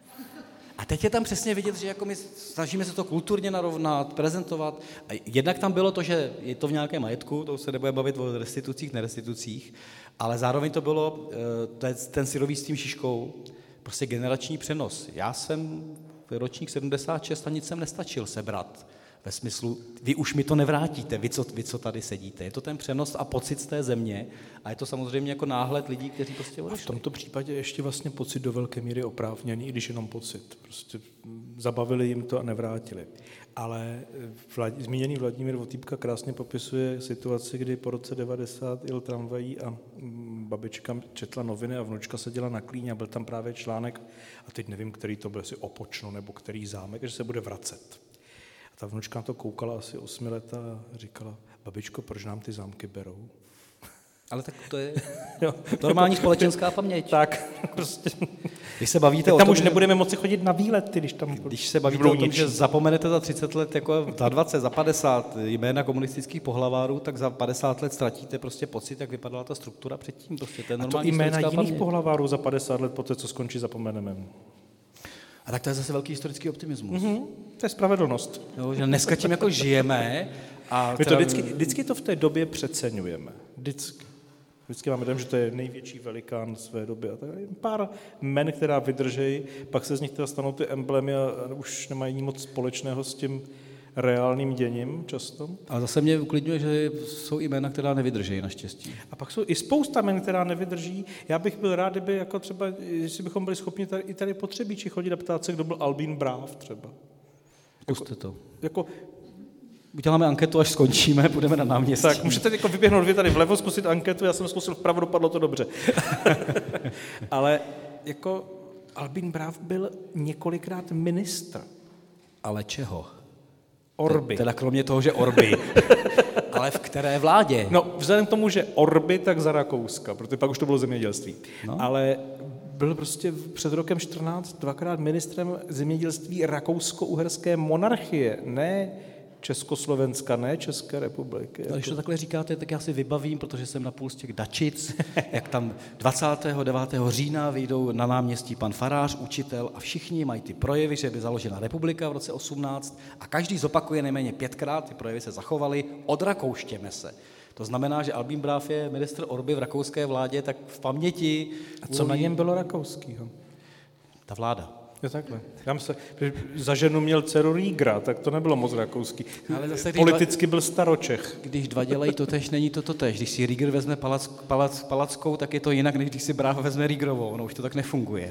A teď je tam přesně vidět, že jako my snažíme se to kulturně narovnat, prezentovat. A jednak tam bylo to, že je to v nějakém majetku, to se nebude bavit o restitucích, nerestitucích, ale zároveň to bylo ten syrový s tím šiškou, prostě generační přenos. Já jsem ročník sedmdesát šest a nic jsem nestačil sebrat. Ve smyslu, vy už mi to nevrátíte, vy co, vy, co tady sedíte. Je to ten přenos a pocit z té země a je to samozřejmě jako náhled lidí, kteří prostě odešli. A v tomto případě ještě vlastně pocit do velké míry oprávněný, i když jenom pocit. Prostě zabavili jim to a nevrátili. Ale Vlad, zmíněný Vladimír Votýpka krásně popisuje situaci, kdy po roce devadesát jel tramvají a babička četla noviny a vnučka seděla na klíně a byl tam právě článek, a teď nevím, který to byl, asi Opočno nebo který zámek, že se bude vracet. A ta vnučka na to koukala asi osmi let a říkala, babičko, proč nám ty zámky berou? Ale tak to je normální společenská paměť. Tak, prostě. Když se bavíte tam o tom, už nebudeme moci chodit na výlety, když tam Když se bavíte o tom, že zapomenete za třicet let, jako za dvacet, za padesát jména komunistických pohlavárů, tak za padesát let ztratíte prostě pocit, jak vypadala ta struktura předtím. Prostě to je a to jména jiných paměť. Pohlavárů za padesát let poté, co skončí, zapomeneme. A tak to je zase velký historický optimismus. Mm-hmm, to je spravedlnost. Jo, že dneska tím jako žijeme. A My to vždycky, vždycky to v té době přeceňujeme. Vždycky. Vždycky máme dojem, že to je největší velikán své doby. A tak pár men, která vydržejí, pak se z nich teda stanou ty emblémy a už nemají moc společného s tím reálným děním často. A zase mě uklidňuje, že jsou i jména, která nevydrží naštěstí. A pak jsou i spousta men, která nevydrží. Já bych byl rád, kdyby jako třeba, jestli bychom byli schopni tady, i tady potřebíči chodit a ptát se, kdo byl Albín Bráv třeba. Puste to. Jako, uděláme anketu, až skončíme, půjdeme na náměstí. Tak, můžete jako vyběhnout vy tady vlevo, zkusit anketu, já jsem zkusil vpravo, dopadlo to dobře. Ale jako Albín Bráv byl několikrát ministr. Ale čeho? Orby. Teda kromě toho, že Orby. Ale v které vládě? No, vzhledem k tomu, že Orby, tak za Rakouska, protože pak už to bylo zemědělství. No. Ale byl prostě před rokem čtrnáct dvakrát ministrem zemědělství rakousko-uherské monarchie, ne Československa, ne České republiky. No, když to takhle říkáte, tak já si vybavím, protože jsem napůl z těch Dačic, jak tam dvacátého devátého října vyjdou na náměstí pan farář, učitel a všichni mají ty projevy, že by založena republika v roce osmnáct a každý zopakuje nejméně pětkrát, ty projevy se zachovaly, odrakouštěme se. To znamená, že Albín Bráv je ministr Orby v rakouské vládě, tak v paměti... A co na něm bylo rakouskýho? Ta vláda. Je takhle. Já se, za ženu měl dceru Rígra, tak to nebylo moc rakouský. Ale zase, politicky dva, byl staročech. Když dva dělají totež, není to totež. Když si Rígr vezme palac, palac, palackou, tak je to jinak, než když si Bráv vezme Rígrovou. No už to tak nefunguje.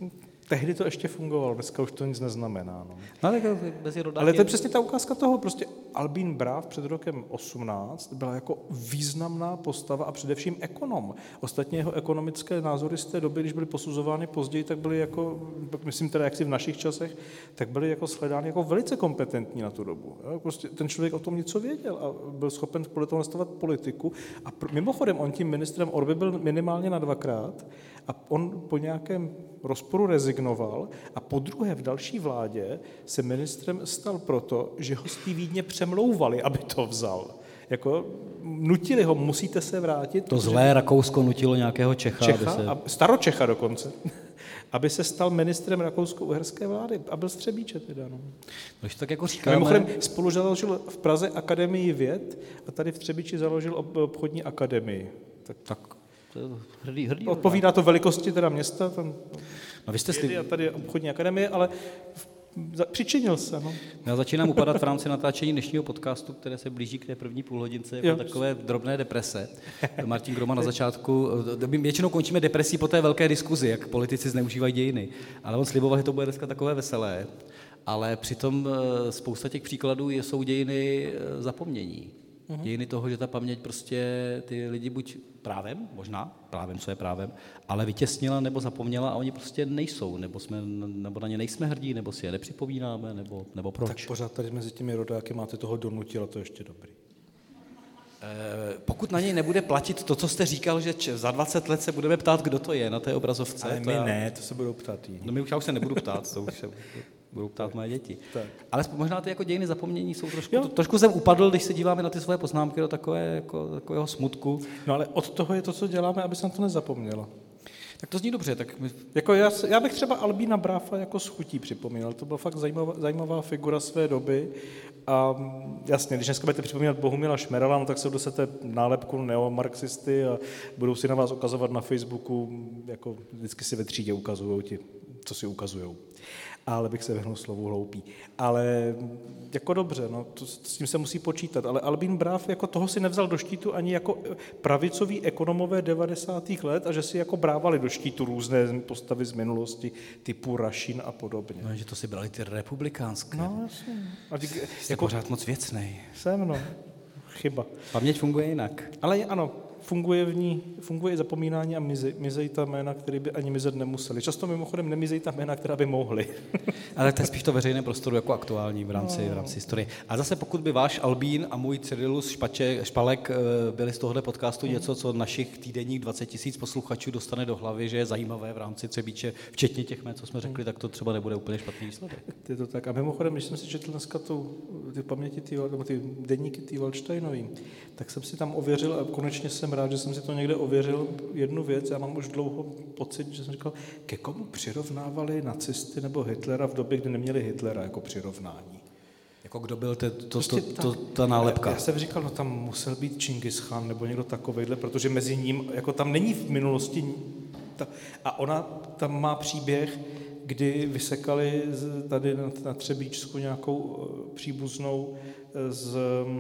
Tehdy to ještě fungovalo, dneska už to nic neznamená. No. No, tak mezi rodáky... Ale to je přesně ta ukázka toho, prostě Albín Bráv před rokem osmnáct byla jako významná postava a především ekonom. Ostatně jeho ekonomické názory z té doby, když byly posuzovány později, tak byly jako, myslím teda jaksi v našich časech, tak byly jako shledány jako velice kompetentní na tu dobu. Prostě ten člověk o tom něco věděl a byl schopen podle toho nastavovat politiku. A mimochodem on tím ministrem Orby byl minimálně na dvakrát a on po nějakém rozporu rezignoval a po druhé v další vládě se ministrem stal proto, že ho z té Vídně přemlouvali, aby to vzal. Jako nutili ho, musíte se vrátit. To zlé Rakousko nutilo nějakého Čecha. Čecha aby se... a staročecha dokonce, aby se stal ministrem rakousko-uherské vlády a byl Střebíče teda. No. Když tak jako říkáme... Mimochodem spolu založil v Praze Akademii věd a tady v Třebíči založil obchodní akademii. Tak, tak to je hrdý, hrdý odpovídá to velikosti teda města, tam no, vy jste sli... a tady obchodní akademie, ale přičinil se. No. Já začínám upadat v rámci natáčení dnešního podcastu, které se blíží k té první půlhodince, jako jo. takové drobné deprese. Martin Groman na začátku, většinou končíme depresí po té velké diskuzi, jak politici zneužívají dějiny, ale on sliboval, že to bude dneska takové veselé, ale přitom spousta těch příkladů jsou dějiny zapomnění. Uh-huh. Dějiny toho, že ta paměť prostě ty lidi buď právem, možná právem, co je právem, ale vytěsnila nebo zapomněla a oni prostě nejsou, nebo, jsme, nebo na ně nejsme hrdí, nebo si je nepřipomínáme, nebo, nebo proč. Tak pořád tady mezi těmi rodáky máte toho donutila, to je ještě dobrý. Pokud na něj nebude platit to, co jste říkal, že za dvacet let se budeme ptát, kdo to je na té obrazovce. Ale my já... ne, to se budou ptát jiní. No my už, já už se nebudu ptát, to už se budou ptát moje děti. Tak. Ale možná ty jako dějiny zapomnění jsou trošku... To, trošku jsem upadl, když se díváme na ty svoje poznámky do takové, jako, takového smutku. No ale od toho je to, co děláme, aby se na to nezapomnělo. Tak to zní dobře. Tak my... jako já, já bych třeba Albína Bráfa jako s chutí připomínal. To byla fakt zajímavá, zajímavá figura své doby. A jasně, když dneska budete připomínat Bohumila Šmerala, no tak se dostanete nálepku neomarxisty a budou si na vás ukazovat na Facebooku, jako vždycky si ve třídě ukazují ti, co si ukazujou. Ale bych se vyhnul slovu hloupý. Ale jako dobře, no, to, s tím se musí počítat. Ale Albín Bráf jako toho si nevzal do štítu ani jako pravicoví ekonomové devadesátých let a že si jako brávali do štítu různé postavy z minulosti typu Rašín a podobně. No, že to si brali ty republikánské. No, jasně. A ty, jste jako, pořád moc věcnej. Jsem, no. Chyba. Paměť funguje jinak. Ale ano, funguje v ní, funguje i zapomínání a mizej, mizej ta jména, které by ani mizet nemuseli. Často mimochodem nemizejí ta jména, která by mohly. Ale to je spíš to veřejné prostoru jako aktuální v rámci, no. v rámci historie. A zase pokud by váš Albín a můj Cyrilus Špače, Špalek byli z tohohle podcastu mm. něco, co našich týdenních dvacet tisíc posluchačů dostane do hlavy, že je zajímavé v rámci Třebíče, včetně těch jmen, co jsme řekli, mm. tak to třeba nebude úplně špatný výsledek. Je to tak. A mimochodem, když jsem si četl dneska tu, ty paměti, ty, ty deníky ty Waldsteinový, tak jsem si tam ověřil a konečně jsem rád, že jsem si to někde ověřil jednu věc. Já mám už dlouho pocit, že jsem říkal, ke komu přirovnávali nacisty nebo Hitlera v době, kdy neměli Hitlera jako přirovnání. Jako kdo byl te, to, prostě to, to, ta nálepka? Já, já jsem říkal, no tam musel být Čingis Khan nebo někdo takovejhle, protože mezi ním, jako tam není v minulosti, ta, a ona tam má příběh, kdy vysekali tady na, na Třebíčsku nějakou příbuznou z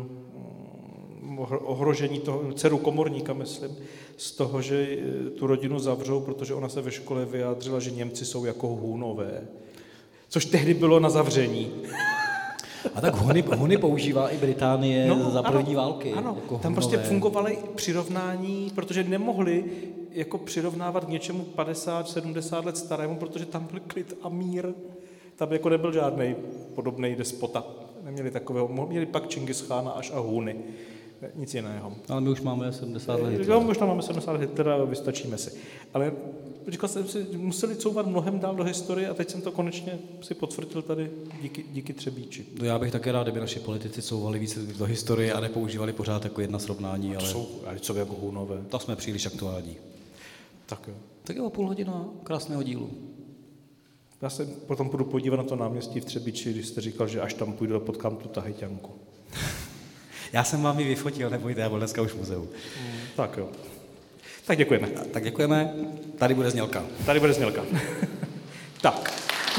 ohrožení toho, dceru komorníka, myslím, z toho, že tu rodinu zavřou, protože ona se ve škole vyjádřila, že Němci jsou jako Hunové. Což tehdy bylo na zavření. A tak Huny, Huny používá i Británie no, za první ano, války. Ano, jako tam prostě fungovaly přirovnání, protože nemohli jako přirovnávat k něčemu padesát sedmdesát let starému, protože tam byl klid a mír. Tam jako nebyl žádný podobný despota. Neměli takového, měli pak Čingis Chána až a Huny. Nic jiného. Ale my už máme sedmdesát let. Jo, možná máme sedmdesát let Hitlera a vystačíme si. Ale říkal jsem si, museli couvat mnohem dál do historie a teď jsem to konečně si potvrdil tady díky, díky Třebíči. No já bych také rád, kdyby naši politici couvali více do historie a nepoužívali pořád jako jedna srovnání. Ale... To jsou, ale co jako Hunové. To jsme příliš aktuální. Tak jo. Tak jo, půl hodina krásného dílu. Já se potom půjdu podívat na to náměstí v Třebíči, když jste říkal, že až tam půjdu, potkám tu Tahyťanku. Já jsem vám ji vyfotil, nebojte, já byl dneska už v muzeu. Mm, tak jo. Tak děkujeme. Tak děkujeme. Tady bude znělka. Tady bude znělka. Tak.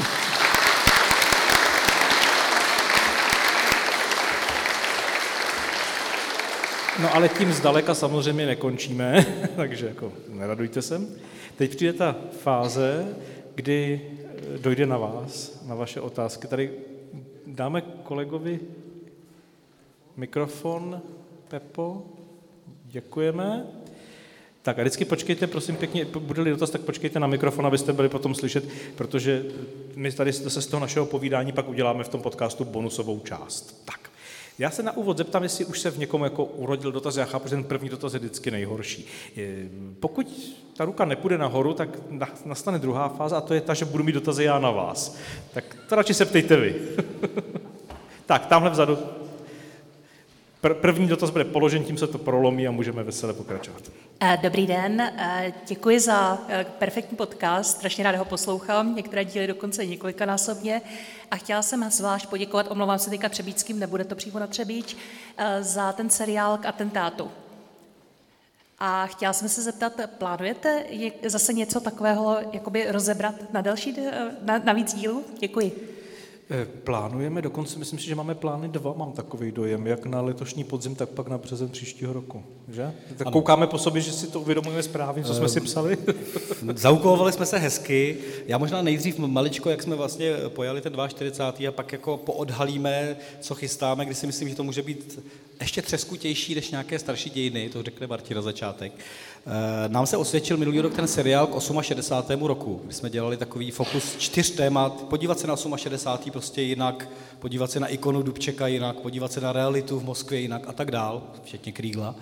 No ale tím zdaleka samozřejmě nekončíme, takže jako neradujte se. Teď přijde ta fáze, kdy dojde na vás, na vaše otázky. Tady dáme kolegovi mikrofon. Pepo, děkujeme. Tak a vždycky počkejte, prosím pěkně, bude-li dotaz, tak počkejte na mikrofon, abyste byli potom slyšet, protože my tady se z toho našeho povídání pak uděláme v tom podcastu bonusovou část. Tak. Já se na úvod zeptám, jestli už se v někom jako urodil dotaz, já chápu, že ten první dotaz je vždycky nejhorší. Pokud ta ruka nepůjde nahoru, tak nastane druhá fáze a to je ta, že budu mít dotazy já na vás. Tak to radši se ptejte vy. Tak, tamhle vzadu. První dotaz bude položen, tím se to prolomí a můžeme vesele pokračovat. Dobrý den, děkuji za perfektní podcast, strašně rád ho poslouchám, některé díly dokonce několikanásobně a chtěla jsem zvlášť poděkovat, omlouvám se teďka třebíckým, nebude to přímo na Třebíč, za ten seriál k atentátu. A chtěla jsem se zeptat, plánujete zase něco takového jakoby rozebrat na další, na, na víc dílů? Děkuji. Plánujeme, dokonce myslím si, že máme plány dva, mám takový dojem, jak na letošní podzim, tak pak na březen příštího roku, že? Tak ano. Koukáme po sobě, že si to uvědomujeme správně, co jsme si psali. Zaúkolovali jsme se hezky, já možná nejdřív maličko, jak jsme vlastně pojali ten čtyřicátý druhý a pak jako poodhalíme, co chystáme, kdy si myslím, že to může být ještě třeskutější než nějaké starší dějiny, to řekne Martin na začátek. Nám se osvědčil minulý rok ten seriál k šedesátému osmému roku, kdy jsme dělali takový fokus čtyř témat, podívat se na šedesátý osmý prostě jinak, podívat se na ikonu Dubčeka jinak, podívat se na realitu v Moskvě jinak a tak dál, včetně Krígla.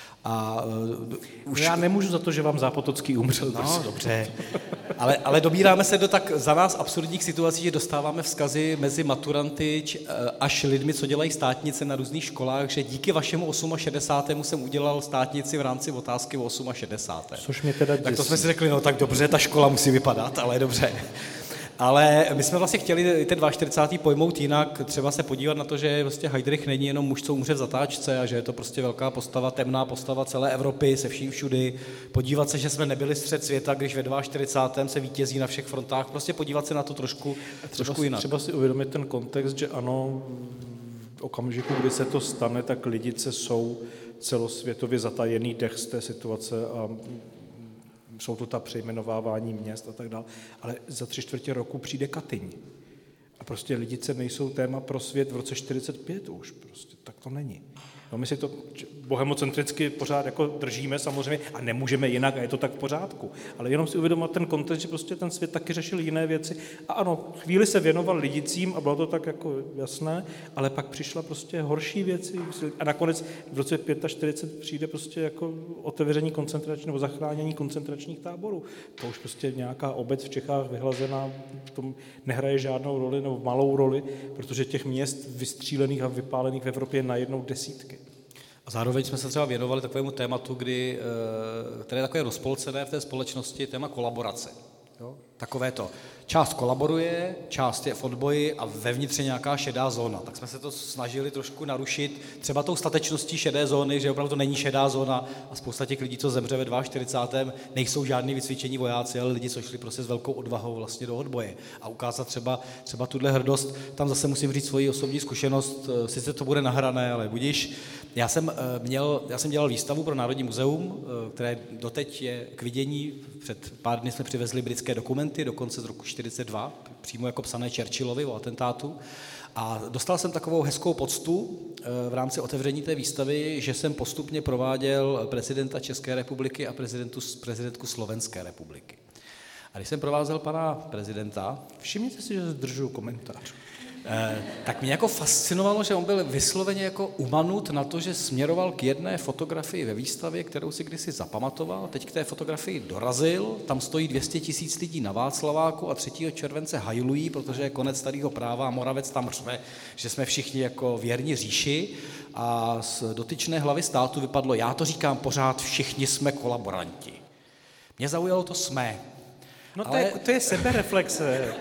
A uh, už... Já nemůžu za to, že vám Zápotocký umřel. No, prostě. Dobře. Ale, ale dobíráme se do tak za nás absurdních situací, že dostáváme vzkazy mezi maturanty č, až lidmi, co dělají státnice na různých školách, že díky vašemu šedesátému osmému jsem udělal státnici v rámci otázky o šedesátém osmém Což mě teda děsí. Tak to jsme si řekli, no tak dobře, ta škola musí vypadat, ale dobře. Ale my jsme vlastně chtěli ten čtyřicátý druhý pojmout jinak, třeba se podívat na to, že vlastně Heydrich není jenom muž, co umře v zatáčce a že je to prostě velká postava, temná postava celé Evropy se vším všudy. Podívat se, že jsme nebyli střed světa, když ve čtyřicátém druhém se vítězí na všech frontách, prostě podívat se na to trošku, trošku třeba, jinak. Třeba si uvědomit ten kontext, že ano, v okamžiku, kdy se to stane, tak lidice jsou celosvětově zatajený dech z té situace a jsou to ta přejmenovávání měst a tak dále, ale za tři čtvrtě roku přijde Katyň. A prostě lidice nejsou téma pro svět v roce čtyřicet pět už, prostě tak to není. No my si to bohemocentricky pořád jako držíme samozřejmě a nemůžeme jinak a je to tak v pořádku. Ale jenom si uvědomit ten kontext, že prostě ten svět taky řešil jiné věci. A ano, chvíli se věnoval lidicím a bylo to tak jako jasné, ale pak přišla prostě horší věci a nakonec v roce čtyřicet pět přijde prostě jako otevření koncentračních nebo zachránění koncentračních táborů. To už prostě nějaká obec v Čechách vyhlazená v tom nehraje žádnou roli nebo malou roli, protože těch měst vystřílených a vypálených v Evropě je najednou desítky. A zároveň jsme se třeba věnovali takovému tématu, kdy, které je takové rozpolcené v té společnosti, téma kolaborace. Jo? Takové to. Část kolaboruje, část je v odboji a vevnitř je nějaká šedá zóna. Tak jsme se to snažili trošku narušit třeba tou statečností šedé zóny, že opravdu to není šedá zóna a spousta těch lidí, co zemře ve čtyřicátém druhém nejsou žádní vycvičení vojáci, ale lidi, co šli prostě s velkou odvahou vlastně do odboje. A ukázat třeba, třeba tuhle hrdost, tam zase musím říct svoji osobní zkušenost, sice to bude nahrané, ale budíš. Já jsem, měl, já jsem dělal výstavu pro Národní muzeum, které doteď je k vidění. Před pár dny jsme přivezli britské dokumenty, dokonce z roku čtyřicet dva, přímo jako psané Churchillovi o atentátu. A dostal jsem takovou hezkou poctu v rámci otevření té výstavy, že jsem postupně prováděl prezidenta České republiky a prezidentu, prezidentku Slovenské republiky. A když jsem provázel pana prezidenta... Všimněte si, že zdržuju komentář. Eh, tak mě jako fascinovalo, že on byl vysloveně jako umanut na to, že směroval k jedné fotografii ve výstavě, kterou si kdysi zapamatoval, teď k té fotografii dorazil, tam stojí dvě stě tisíc lidí na Václaváku a třetího července hajlují, protože je konec starého práva a Moravec tam řve, že jsme všichni jako věrni říši a z dotyčné hlavy státu vypadlo, já to říkám pořád, všichni jsme kolaboranti. Mě zaujalo to jsme. No to, ale... je, to je sebereflexe.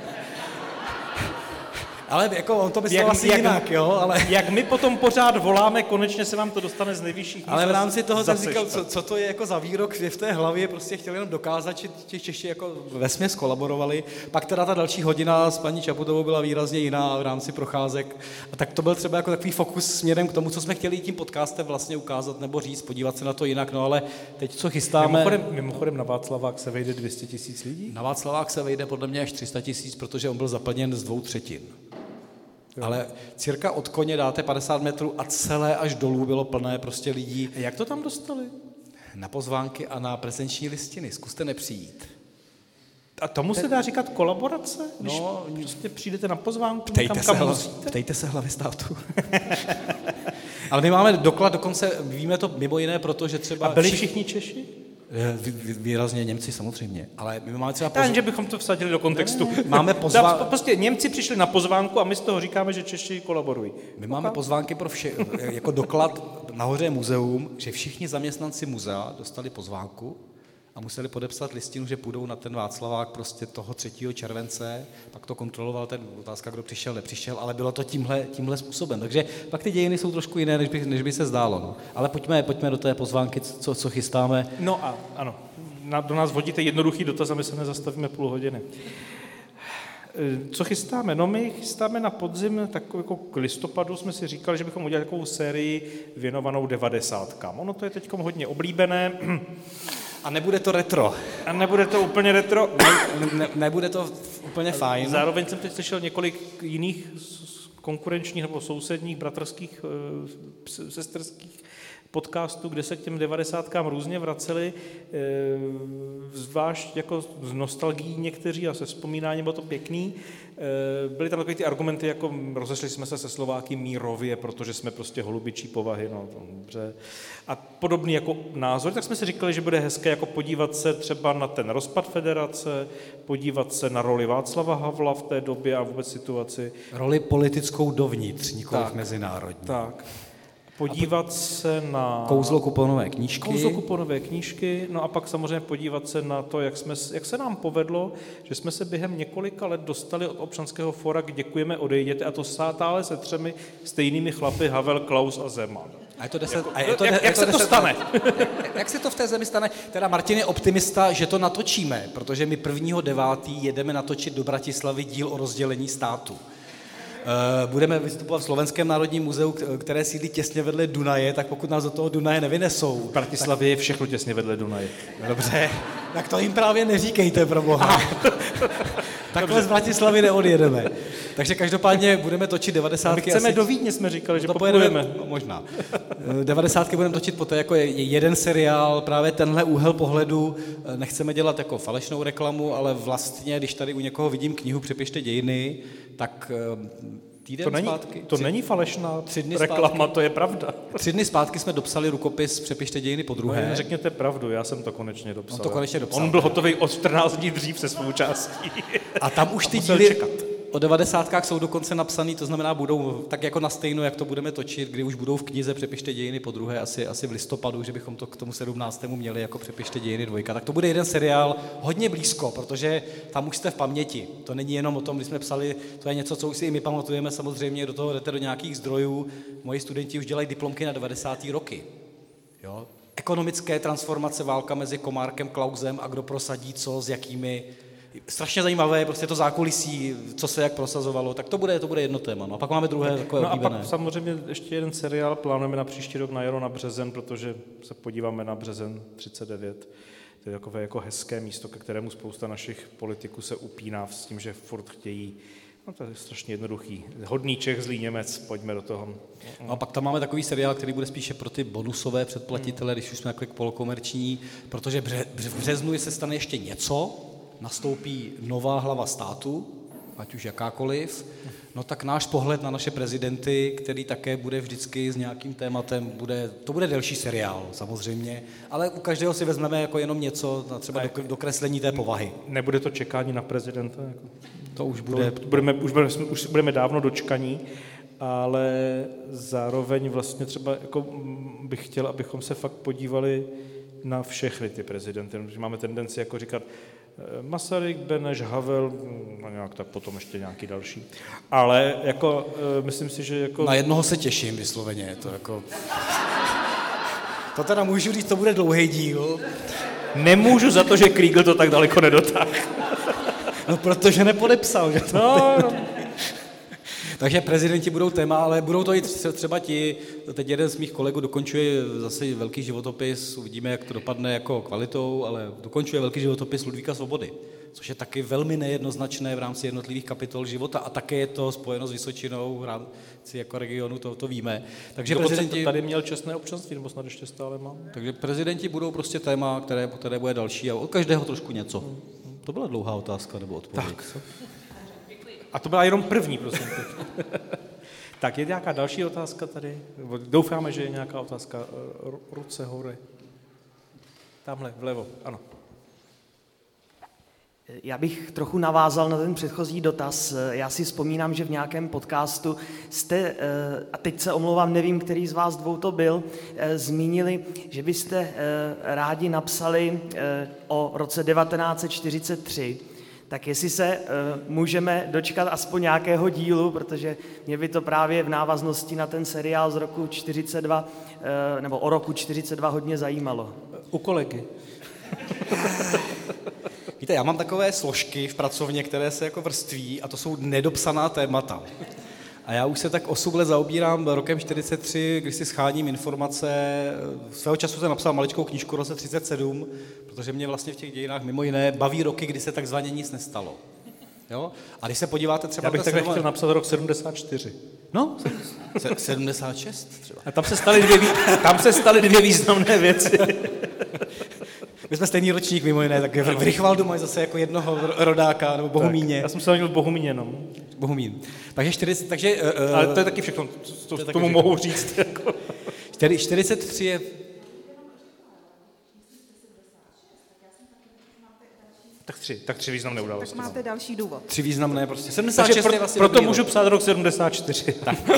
Ale jako on to myslel asi jak, jinak, jo, ale... Jak my potom pořád voláme, konečně se vám to dostane z nejvyšších míst. Ale v rámci toho jsem říkal, co, co to je jako za výrok, v té hlavě prostě chtěli jenom dokázat, že ti Češi jako vesměs kolaborovali. Pak teda ta další hodina s paní Čaputovou byla výrazně jiná v rámci procházek. A tak to byl třeba jako takový fokus směrem k tomu, co jsme chtěli tím podcastem vlastně ukázat nebo říct, podívat se na to jinak, no ale teď co chystáme... Mimochodem, mimochodem na Václavák se vejde dvě stě tisíc lidí? Na Václavák se vejde podle mě až tři sta tisíc, protože on byl zaplněn z dvou třetin. Ale cirka od koně dáte padesát metrů a celé až dolů bylo plné prostě lidí. A jak to tam dostali? Na pozvánky a na prezenční listiny. Zkuste nepřijít. A tomu se dá říkat kolaborace? Když no, prostě přijdete na pozvánku, ptejte, kam, se, kam hla, ptejte se hlavy státu. Ale my máme doklad, dokonce víme to mimo jiné, protože třeba... A byli všichni Češi? Vý, výrazně Němci samozřejmě, ale my máme třeba... Pozv... že bychom to vsadili do kontextu. Ne, máme pozvánky... Prostě Němci přišli na pozvánku a my z toho říkáme, že Češi kolaborují. My máme pozvánky pro vše, jako doklad nahoře je muzeum, že všichni zaměstnanci muzea dostali pozvánku a museli podepsat listinu, že půjdou na ten Václavák prostě toho třetího července, pak to kontroloval ten otázka, kdo přišel, nepřišel, ale bylo to tímhle, tímhle způsobem. Takže pak ty dějiny jsou trošku jiné, než by, než by se zdálo. No. Ale pojďme, pojďme do té pozvánky, co, co chystáme. No a ano, na, do nás vodíte jednoduchý dotaz a my se nezastavíme půl hodiny. Co chystáme? No my chystáme na podzim, tak jako k listopadu jsme si říkali, že bychom udělali takovou sérii věnovanou devadesátkám. Ono to je teď hodně oblíbené. A nebude to retro. A nebude to úplně retro. Ne, ne, nebude to úplně fajn. Zároveň jsem teď slyšel několik jiných konkurenčních nebo sousedních, bratrských, sesterských podcastů, kde se k těm devadesátkám různě vraceli, zvlášť jako z nostalgií někteří a se vzpomínáním, bylo to pěkný. Byly tam takové ty argumenty, jako rozešli jsme se se Slováky mírově, protože jsme prostě holubičí povahy, no dobře. A podobný jako názor, tak jsme si říkali, že bude hezké jako podívat se třeba na ten rozpad federace, podívat se na roli Václava Havla v té době a vůbec situaci. Roli politickou dovnitř, nikoliv mezinárodní. Tak. Podívat se na... Kouzlo kuponové knížky. Kouzlo kuponové knížky, no a pak samozřejmě podívat se na to, jak, jsme, jak se nám povedlo, že jsme se během několika let dostali od občanského fóra k Děkujeme, odejděte, a to stále se třemi stejnými chlapy, Havel, Klaus a Zeman. A je to deset, jako, a je to, jak, je jak to se deset, to stane? Jak, jak se to v té zemi stane? Teda Martin je optimista, že to natočíme, protože my prvního devátý jedeme natočit do Bratislavy díl o rozdělení státu. Budeme vystupovat v Slovenském národním muzeu, které sídlí těsně vedle Dunaje, tak pokud nás do toho Dunaje nevynesou. V Bratislavě tak... je všechno těsně vedle Dunaje. Dobře, tak to jim právě neříkejte, pro boha. Takhle z Bratislavy neodjedeme. Takže každopádně budeme točit devadesátky. My chceme asi... do Vídně, jsme říkali, no že to pojedeme. No, možná. devadesátky budeme točit poté jako jeden seriál, právě tenhle úhel pohledu. Nechceme dělat jako falešnou reklamu, ale vlastně, když tady u někoho vidím knihu Přepište dějiny, tak týden to není, zpátky... To tři, není falešná tři dny reklama, zpátky, to je pravda. Tři dny zpátky jsme dopsali rukopis Přepište dějiny po druhé. No, řekněte pravdu, já jsem to konečně dopsal. On to konečně dopsal. On byl hotový o čtrnáct dní dřív se svou částí. A tam už ty díly čekat. O devadesátkách jsou dokonce napsaný, to znamená, budou tak jako na stejno, jak to budeme točit, kdy už budou v knize Přepište dějiny po druhé, asi, asi v listopadu, že bychom to k tomu sedmnáctému měli jako Přepište dějiny dvojka. Tak to bude jeden seriál hodně blízko, protože tam už jste v paměti. To není jenom o tom, když jsme psali, to je něco, co už si i my pamatujeme, samozřejmě do toho jdete do nějakých zdrojů. Moji studenti už dělají diplomky na devadesátá roky. Jo? Ekonomické transformace, válka mezi Komárkem, Klausem a kdo prosadí co, s jakými... Strašně zajímavé, prostě to zákulisí, co se jak prosazovalo, tak to bude, to bude jedno téma. No a pak máme druhé takové No oblíbené. a pak samozřejmě ještě jeden seriál plánujeme na příští rok na jaro na březen, protože se podíváme na březen třicet devět. To je takové jako hezké místo, ke kterému spousta našich politiků se upíná s tím, že furt chtějí. No to je strašně jednoduchý. Hodný Čech, zlý Němec, pojďme do toho. No a pak tam máme takový seriál, který bude spíše pro ty bonusové předplatitele, když už jsme jako polokomerční, protože bře, bře, v březnu se stane ještě něco, nastoupí nová hlava státu, ať už jakákoliv, no tak náš pohled na naše prezidenty, který také bude vždycky s nějakým tématem, bude, to bude delší seriál samozřejmě, ale u každého si vezmeme jako jenom něco, třeba do, dokreslení té povahy. Nebude to čekání na prezidenta? Jako? To už bude... To budeme, už, budeme, už budeme dávno dočkaní, ale zároveň vlastně třeba jako bych chtěl, abychom se fakt podívali na všechny ty prezidenty, protože máme tendenci jako říkat Masaryk, Beneš, Havel, no nějak tak potom ještě nějaký další. Ale jako myslím si, že jako... Na jednoho se těším vysloveně, to jako... To teda můžu říct, to bude dlouhý díl. Nemůžu za to, že Kriegel to tak daleko nedotáhl. No protože nepodepsal, že to... No, no. Takže prezidenti budou téma, ale budou to i třeba ti, teď jeden z mých kolegů dokončuje zase velký životopis, uvidíme, jak to dopadne jako kvalitou, ale dokončuje velký životopis Ludvíka Svobody, což je taky velmi nejednoznačné v rámci jednotlivých kapitol života a také je to spojeno s Vysočinou v rámci jako regionu, to, to víme. Takže prezidenti... Tady měl čestné občanství, nebo snad ještě stále mám. Takže prezidenti budou prostě téma, které, které bude další a od každého trošku něco. To byla dlouhá otázka nebo odpověď. Tak. A to byla jenom první, prosím. Tak je nějaká další otázka tady? Doufáme, že je nějaká otázka. Ruce hory. Tamhle, vlevo, ano. Já bych trochu navázal na ten předchozí dotaz. Já si vzpomínám, že v nějakém podcastu jste, a teď se omlouvám, nevím, který z vás dvou to byl, zmínili, že byste rádi napsali o roce devatenáct set čtyřicet tři. Tak jestli se uh, můžeme dočkat aspoň nějakého dílu, protože mě by to právě v návaznosti na ten seriál z roku čtyřicet dva, uh, nebo o roku čtyřicet dva hodně zajímalo. U kolegy. Víte, já mám takové složky v pracovně, které se jako vrství a to jsou nedopsaná témata. A já už se tak osm let zaobírám rokem čtyřicet tři, když si scháním informace. Svého času jsem napsal maličkou knížku roce třicet sedm, protože mě vlastně v těch dějinách mimo jiné baví roky, kdy se takzvaně nic nestalo. Jo? A když se podíváte třeba... Já bych na takhle sedm... chtěl napsat rok sedmdesát čtyři. No, sedmdesát šest třeba. A tam se staly dvě, tam se staly dvě významné věci. My jsme stejný ročník mimo jiné, tak v Rychvaldu mají zase jako jednoho rodáka, nebo Bohumíně. Tak, já jsem se narodil v Bohumíně, no. Bohumín. Takže čtyřicet, takže... Uh, Ale to je taky všechno, to, to tomu mohu říct. Jako. čtyřicet tři je... Tak tři, tak tři významné události. Tak máte další důvod. Tři významné prostě. sedmdesát šest pro, je vlastně proto dobrý, můžu no. psát rok sedmdesát čtyři.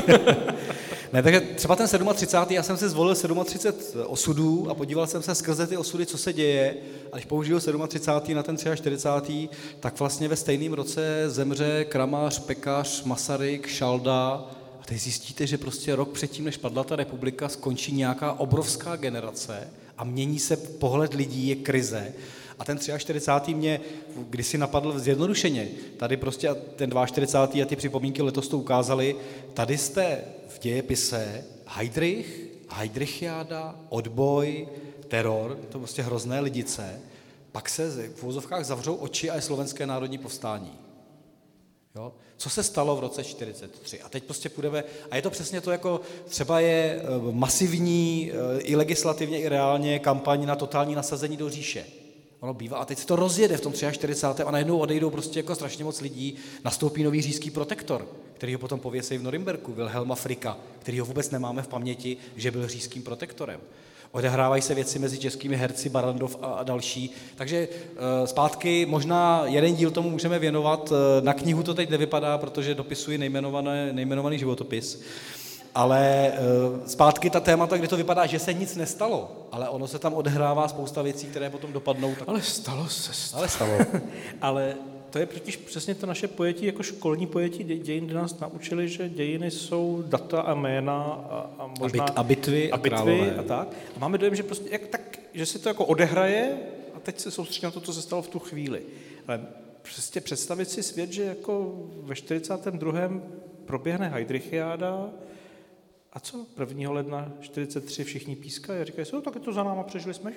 Ne, takže třeba ten třicátý sedmý já jsem si zvolil třicet sedm osudů a podíval jsem se skrze ty osudy, co se děje. A když použiju třicátý sedmý na ten čtyřicátý třetí tak vlastně ve stejném roce zemře Kramář, Pekař, Masaryk, Šalda. A teď zjistíte, že prostě rok předtím, než padla ta republika, skončí nějaká obrovská generace a mění se pohled lidí, je krize. A ten čtyřicátý třetí mě kdysi napadl zjednodušeně. Tady prostě ten čtyřicátý druhý a ty připomínky letos to ukázali. Tady jste v dějepise Heydrich, Heydrichiáda, odboj, teror, to prostě hrozné lidice. Pak se v uvozovkách zavřou oči a je slovenské národní povstání. Jo? Co se stalo v roce čtyřicet tři? A teď prostě půjdeme, a je to přesně to, jako třeba je masivní, i legislativně, i reálně kampaň na totální nasazení do říše. Ono bývá, a teď se to rozjede v tom čtyřicátém třetím a najednou odejdou prostě jako strašně moc lidí, nastoupí nový říšský protektor, který ho potom pověsejí v Norimberku, Wilhelma Fricka, který ho vůbec nemáme v paměti, že byl říšským protektorem. Odehrávají se věci mezi českými herci, Barandov a, a další. Takže e, zpátky možná jeden díl tomu můžeme věnovat. E, na knihu to teď nevypadá, protože dopisuji nejmenované, nejmenovaný životopis. Ale e, zpátky ta témata, kde to vypadá, že se nic nestalo, ale ono se tam odehrává spousta věcí, které potom dopadnou. Tak... Ale stalo se. Stalo. Ale stalo. Ale to je totiž přesně to naše pojetí, jako školní pojetí dějin, kde nás naučili, že dějiny jsou data a jména a, a možná... A, bit, a bitvy a, a bitvy a tak. A máme dojem, že, prostě, jak, tak, že se to jako odehraje a teď se soustředí na to, co se stalo v tu chvíli. Ale prostě představit si svět, že jako ve čtyřicátém druhém proběhne Heydrichiáda. A co? prvního ledna čtyřicet tři všichni pískají a říkají, no, tak je to za náma, přežili jsme.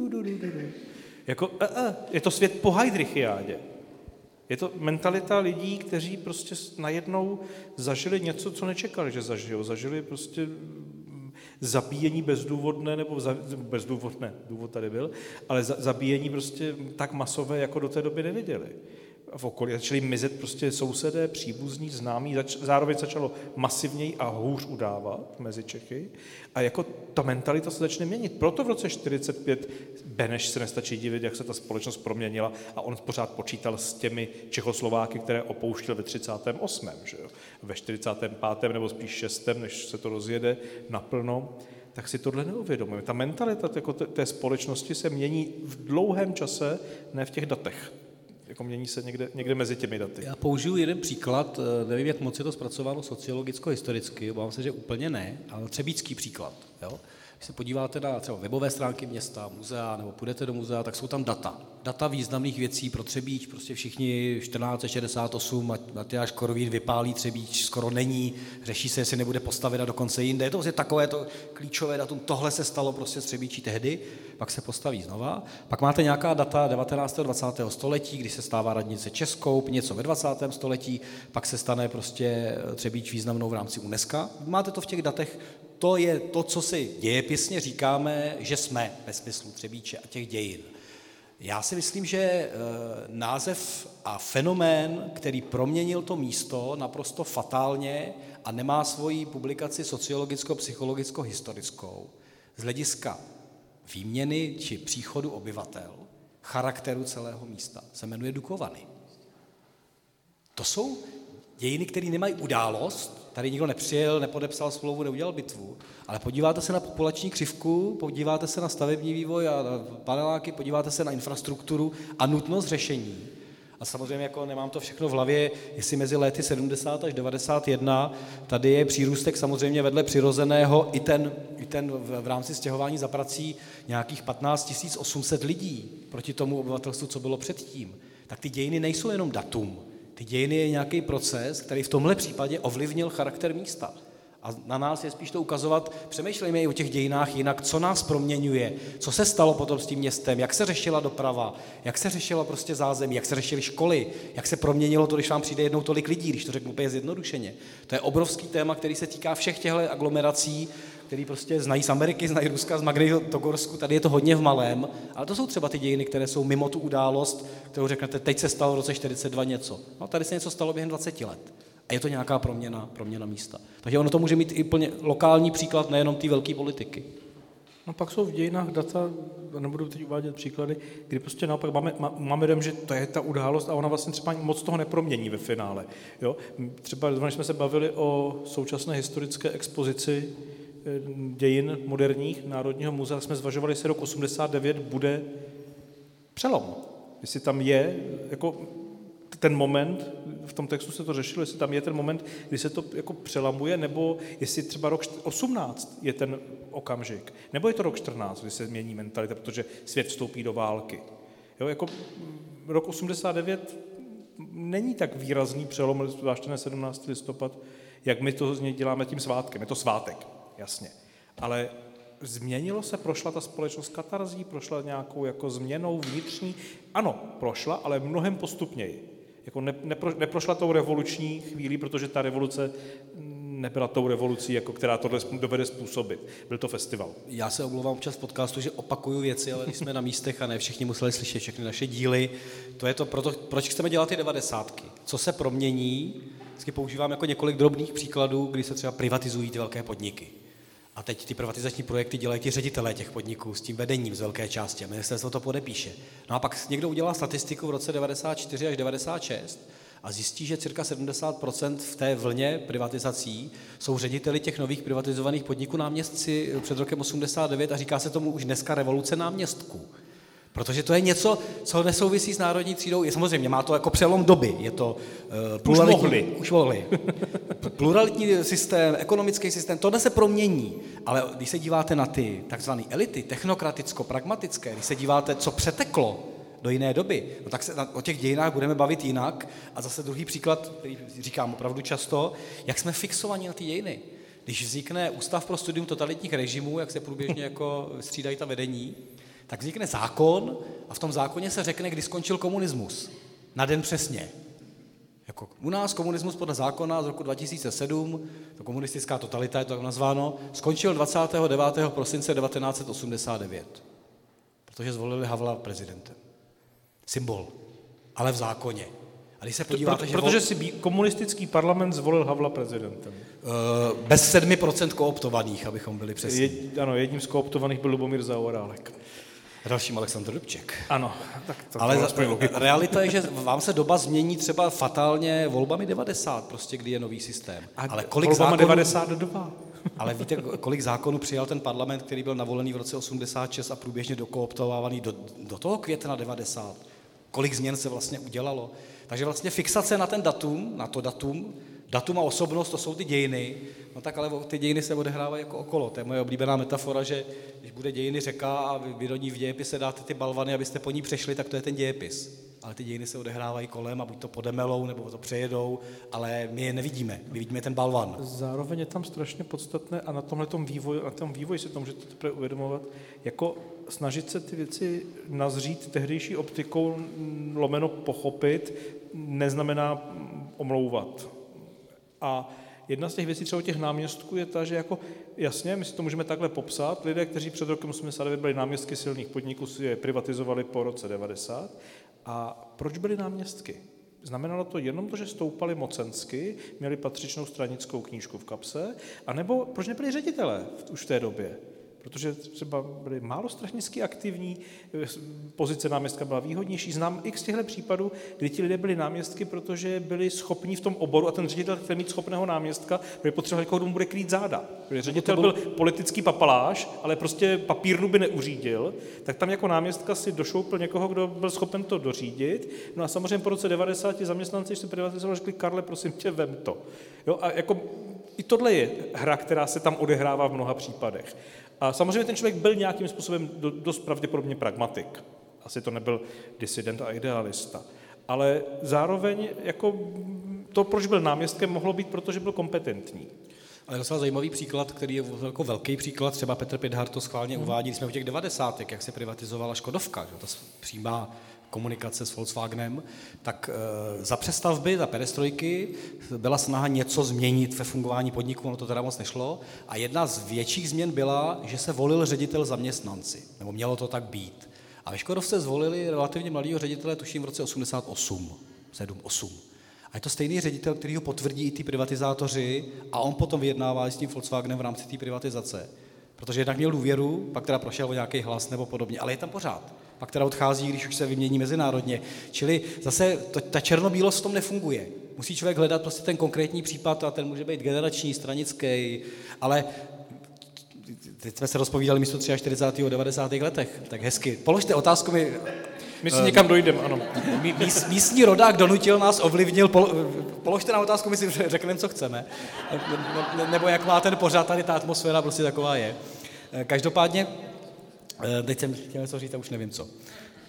Jako, e, e, je to svět po Heydrichiádě. Je to mentalita lidí, kteří prostě najednou zažili něco, co nečekali, že zažijou. Zažili prostě zabíjení bezdůvodné, nebo za, bezdůvodné, důvod tady byl, ale za, zabíjení prostě tak masové, jako do té doby neviděli. V okolí začali mizet prostě sousedé, příbuzní, známí, zač, zároveň začalo masivněji a hůř udávat mezi Čechy a jako ta mentalita se začne měnit. Proto v roce čtyřicet pět Beneš se nestačí divit, jak se ta společnost proměnila a on pořád počítal s těmi Čechoslováky, které opouštěl ve třicátém osmém Že jo? Ve čtyřicátém pátém nebo spíš šestém než se to rozjede naplno, tak si tohle neuvědomujeme. Ta mentalita jako té společnosti se mění v dlouhém čase, ne v těch datech. Jako mění se někde, někde mezi těmi daty. Já použiju jeden příklad, nevím, jak moc je to zpracováno sociologicko-historicky, obávám se, že úplně ne, ale třebíčský příklad. Jo? Když se podíváte na třeba webové stránky města, muzea, nebo půjdete do muzea, tak jsou tam data. Data významných věcí pro Třebíč, prostě všichni čtrnáct set šedesát osm, Matyáš Korvín vypálí Třebíč, skoro není, řeší se, jestli nebude postavit a dokonce jinde. Je to prostě takové to klíčové datum, tohle se stalo prostě s Třebíčí tehdy, pak se postaví znova. Pak máte nějaká data devatenáctého dvacátého století, kdy se stává radnice Českou, něco ve dvacátém století, pak se stane prostě Třebíč významnou v rámci UNESCO. Máte to v těch datech. To je to, co si dějepisně říkáme, že jsme ve smyslu Třebíče a těch dějin. Já si myslím, že e, název a fenomén, který proměnil to místo naprosto fatálně a nemá svoji publikaci sociologicko-psychologicko-historickou z hlediska výměny či příchodu obyvatel, charakteru celého místa, se jmenuje Dukovany. To jsou dějiny, které nemají událost, tady nikdo nepřijel, nepodepsal smlouvu, neudělal bitvu, ale podíváte se na populační křivku, podíváte se na stavební vývoj a paneláky, podíváte se na infrastrukturu a nutnost řešení. A samozřejmě jako nemám to všechno v hlavě, jestli mezi léty sedmdesát až devadesát jedna tady je přírůstek samozřejmě vedle přirozeného i ten, i ten v, v rámci stěhování za prací nějakých patnáct tisíc osm set lidí proti tomu obyvatelstvu, co bylo předtím. Tak ty dějiny nejsou jenom datum. Ty dějiny je nějaký proces, který v tomhle případě ovlivnil charakter místa. A na nás je spíš to ukazovat, přemýšlejme i o těch dějinách jinak, co nás proměňuje, co se stalo potom s tím městem, jak se řešila doprava, jak se řešila prostě zázemí, jak se řešily školy, jak se proměnilo to, když vám přijde jednou tolik lidí, když to řeknu úplně zjednodušeně. To je obrovský téma, který se týká všech těchto aglomerací, který prostě znají z Ameriky, znají Ruska, z Magnitogorsku, tady je to hodně v malém, ale to jsou třeba ty dějiny, které jsou mimo tu událost, kterou řeknete, teď se stalo v roce čtyřicet dva něco. No, tady se něco stalo během dvaceti let. A je to nějaká proměna, proměna místa. Takže ono to může mít i plně lokální příklad, nejenom té velké politiky. No pak jsou v dějinách data, nebudu teď uvádět příklady, kdy prostě naopak máme, máme dojem, že to je ta událost a ona vlastně třeba moc toho nepromění ve finále. Jo? Třeba když jsme se bavili o současné historické expozici dějin moderních Národního muzea, jsme zvažovali, jestli rok osmdesát devět bude přelom. Jestli tam je jako ten moment, v tom textu se to řešilo, jestli tam je ten moment, kdy se to jako přelamuje, nebo jestli třeba rok osmnáct je ten okamžik, nebo je to rok čtrnáct, kdy se změní mentalita, protože svět vstoupí do války. Jo, jako rok osmdesát devět není tak výrazný přelom, zvláště na sedmnáctý listopad, jak my to z něj děláme tím svátkem. Je to svátek, jasně. Ale změnilo se, prošla ta společnost katarzí, prošla nějakou jako změnou vnitřní. Ano, prošla, ale mnohem postupněji. Jako ne, nepro, neprošla tou revoluční chvílí, protože ta revoluce nebyla tou revolucí, jako která tohle dovede způsobit. Byl to festival. Já se omlouvám občas v podcastu, že opakuju věci, ale když jsme na místech a ne všichni museli slyšet všechny naše díly. To je to, proto, proč chceme dělat ty devadesátky. Co se promění, vždycky používám jako několik drobných příkladů, kdy se třeba privatizují ty velké podniky. A teď ty privatizační projekty dělají ti ředitelé těch podniků s tím vedením z velké části a ministerstvo to podepíše. No a pak někdo udělá statistiku v roce devadesát čtyři až devadesát šest a zjistí, že cirka sedmdesát procent v té vlně privatizací jsou řediteli těch nových privatizovaných podniků náměstci před rokem osmdesát devět a říká se tomu už dneska revoluce náměstků. Protože to je něco, co nesouvisí s národní třídou. Je samozřejmě, má to jako přelom doby. Je to uh, pluralitní, už mohli. Už mohli. Pluralitní systém, ekonomický systém, tohle se promění. Ale když se díváte na ty takzvané elity, technokraticko-pragmatické, když se díváte, co přeteklo do jiné doby, no tak se o těch dějinách budeme bavit jinak. A zase druhý příklad, který říkám opravdu často, jak jsme fixovaní na ty dějiny. Když vznikne Ústav pro studium totalitních režimů, jak se průběžně jako střídají ta vedení, tak vznikne zákon a v tom zákoně se řekne, kdy skončil komunismus. Na den přesně. Jako u nás komunismus podle zákona z roku dva tisíce sedm, to komunistická totalita je to tak nazváno, skončil dvacátého devátého prosince devatenáct set osmdesát devět. Protože zvolili Havla prezidentem. Symbol. Ale v zákoně. A když se podíváte, Proto, že protože vol... si komunistický parlament zvolil Havla prezidentem. Uh, bez sedmi procent kooptovaných, abychom byli přesní. Je, ano, jedním z kooptovaných byl Lubomír Zaorálek. Dalším Aleksandr Dubček. Ano. Tak to ale to za, realita je, že vám se doba změní třeba fatálně volbami devadesát, prostě kdy je nový systém. A ale kolik volbama zákonů, devadesát dva. Ale víte, kolik zákonů přijal ten parlament, který byl navolený v roce osmdesát šest a průběžně dokooptovávaný do, do toho května devadesát? Kolik změn se vlastně udělalo? Takže vlastně fixace na ten datum, na to datum, datum a osobnost, to jsou ty dějiny, no tak ale ty dějiny se odehrávají jako okolo. To je moje oblíbená metafora, že když bude dějiny řeka a vy do ní v dějepise dáte ty balvany, abyste po ní přešli, tak to je ten dějepis. Ale ty dějiny se odehrávají kolem a buď to podemelou, nebo to přejedou, ale my je nevidíme. My vidíme ten balvan. Zároveň je tam strašně podstatné a na tomhletom vývoji, na tom vývoji si to můžete teprve uvědomovat, jako snažit se ty věci nazřít tehdejší optikou, lomeno pochopit, neznamená omlouvat. A jedna z těch věcí třeba těch náměstků je ta, že jako jasně, my si to můžeme takhle popsat, lidé, kteří před rokem osmdesát devět byli náměstky silných podniků, si je privatizovali po roce devadesát. A proč byli náměstky? Znamenalo to jenom to, že stoupali mocensky, měli patřičnou stranickou knížku v kapse, anebo proč nebyli ředitelé už v té době? Protože třeba byli málo stranicky aktivní, pozice náměstka byla výhodnější. Znám x těchto případů, kdy ti lidé byli náměstky, protože byli schopní v tom oboru a ten ředitel chtěl mít schopného náměstka, protože potřeboval někoho, kdo mu bude krýt záda. Protože ředitel byl politický papaláš, ale prostě papírnu by neuřídil, tak tam jako náměstka si došoupil někoho, kdo byl schopen to dořídit. No a samozřejmě po roce devadesát zaměstnanci, když se privatizovali, řekli, Karle, prosím tě, vem to. Jo, a jako i tohle je hra, která se tam odehrává v mnoha případech. A samozřejmě ten člověk byl nějakým způsobem dost pravděpodobně pragmatik. Asi to nebyl disident a idealista. Ale zároveň jako to, proč byl náměstkem, mohlo být, protože byl kompetentní. Ale docela zajímavý příklad, který je jako velký příklad, třeba Petr Pithart to schválně uvádí, když jsme v těch devadesátých, jak se privatizovala Škodovka, že? Ta přímá komunikace s Volkswagenem, tak e, za přestavby, za perestrojky byla snaha něco změnit ve fungování podniku, ono to teda moc nešlo. A jedna z větších změn byla, že se volil ředitel zaměstnanci, nebo mělo to tak být. A ve Škodovce zvolili relativně mladého ředitele, tuším v roce osmdesát osm, sedm, osm. A je to stejný ředitel, který ho potvrdí i ty privatizátoři a on potom vyjednává s tím Volkswagenem v rámci té privatizace. Protože jednak měl důvěru, pak teda prošel o nějaký hlas nebo podobně, ale je tam pořád. Pak teda odchází, když už se vymění mezinárodně. Čili zase to, ta černobílost v tom nefunguje. Musí člověk hledat prostě ten konkrétní případ a ten může být generační, stranický, ale teď jsme se rozpovídali místo čtyřicátých třech v devadesátých letech, tak hezky. Položte otázku mi. My si někam dojdeme, ano. Míst, místní rodák donutil nás, ovlivnil, položte nám otázku, my si řekneme, co chceme. Ne, ne, nebo jak má ten pořád, tady ta atmosféra prostě taková je. Každopádně, teď jsem chtěl něco říct a už nevím co.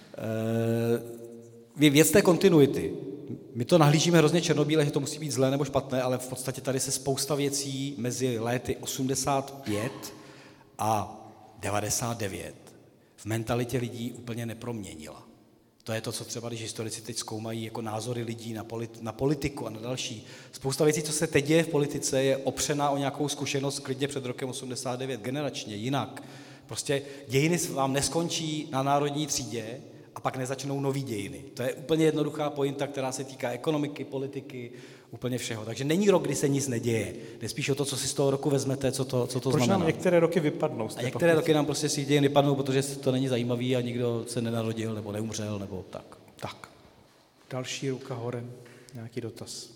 Věc té kontinuity. My to nahlížíme hrozně černobíle, že to musí být zlé nebo špatné, ale v podstatě tady se spousta věcí mezi léty osmdesát pět a devadesát devět v mentalitě lidí úplně neproměnila. To je to, co třeba, když historici teď zkoumají jako názory lidí na, polit, na politiku a na další. Spousta věcí, co se teď děje v politice, je opřená o nějakou zkušenost klidně před rokem osmdesát devět, generačně, jinak. Prostě dějiny vám neskončí na národní třídě a pak nezačnou nový dějiny. To je úplně jednoduchá pointa, která se týká ekonomiky, politiky, úplně všeho. Takže není rok, kdy se nic neděje. Jde spíš o to, co si z toho roku vezmete, co to, co to Proč znamená. nám některé roky vypadnou? A některé roky nám prostě si děje nepadnou, protože to není zajímavý a nikdo se nenarodil nebo neumřel nebo tak. Tak. Další ruka hore. Nějaký dotaz.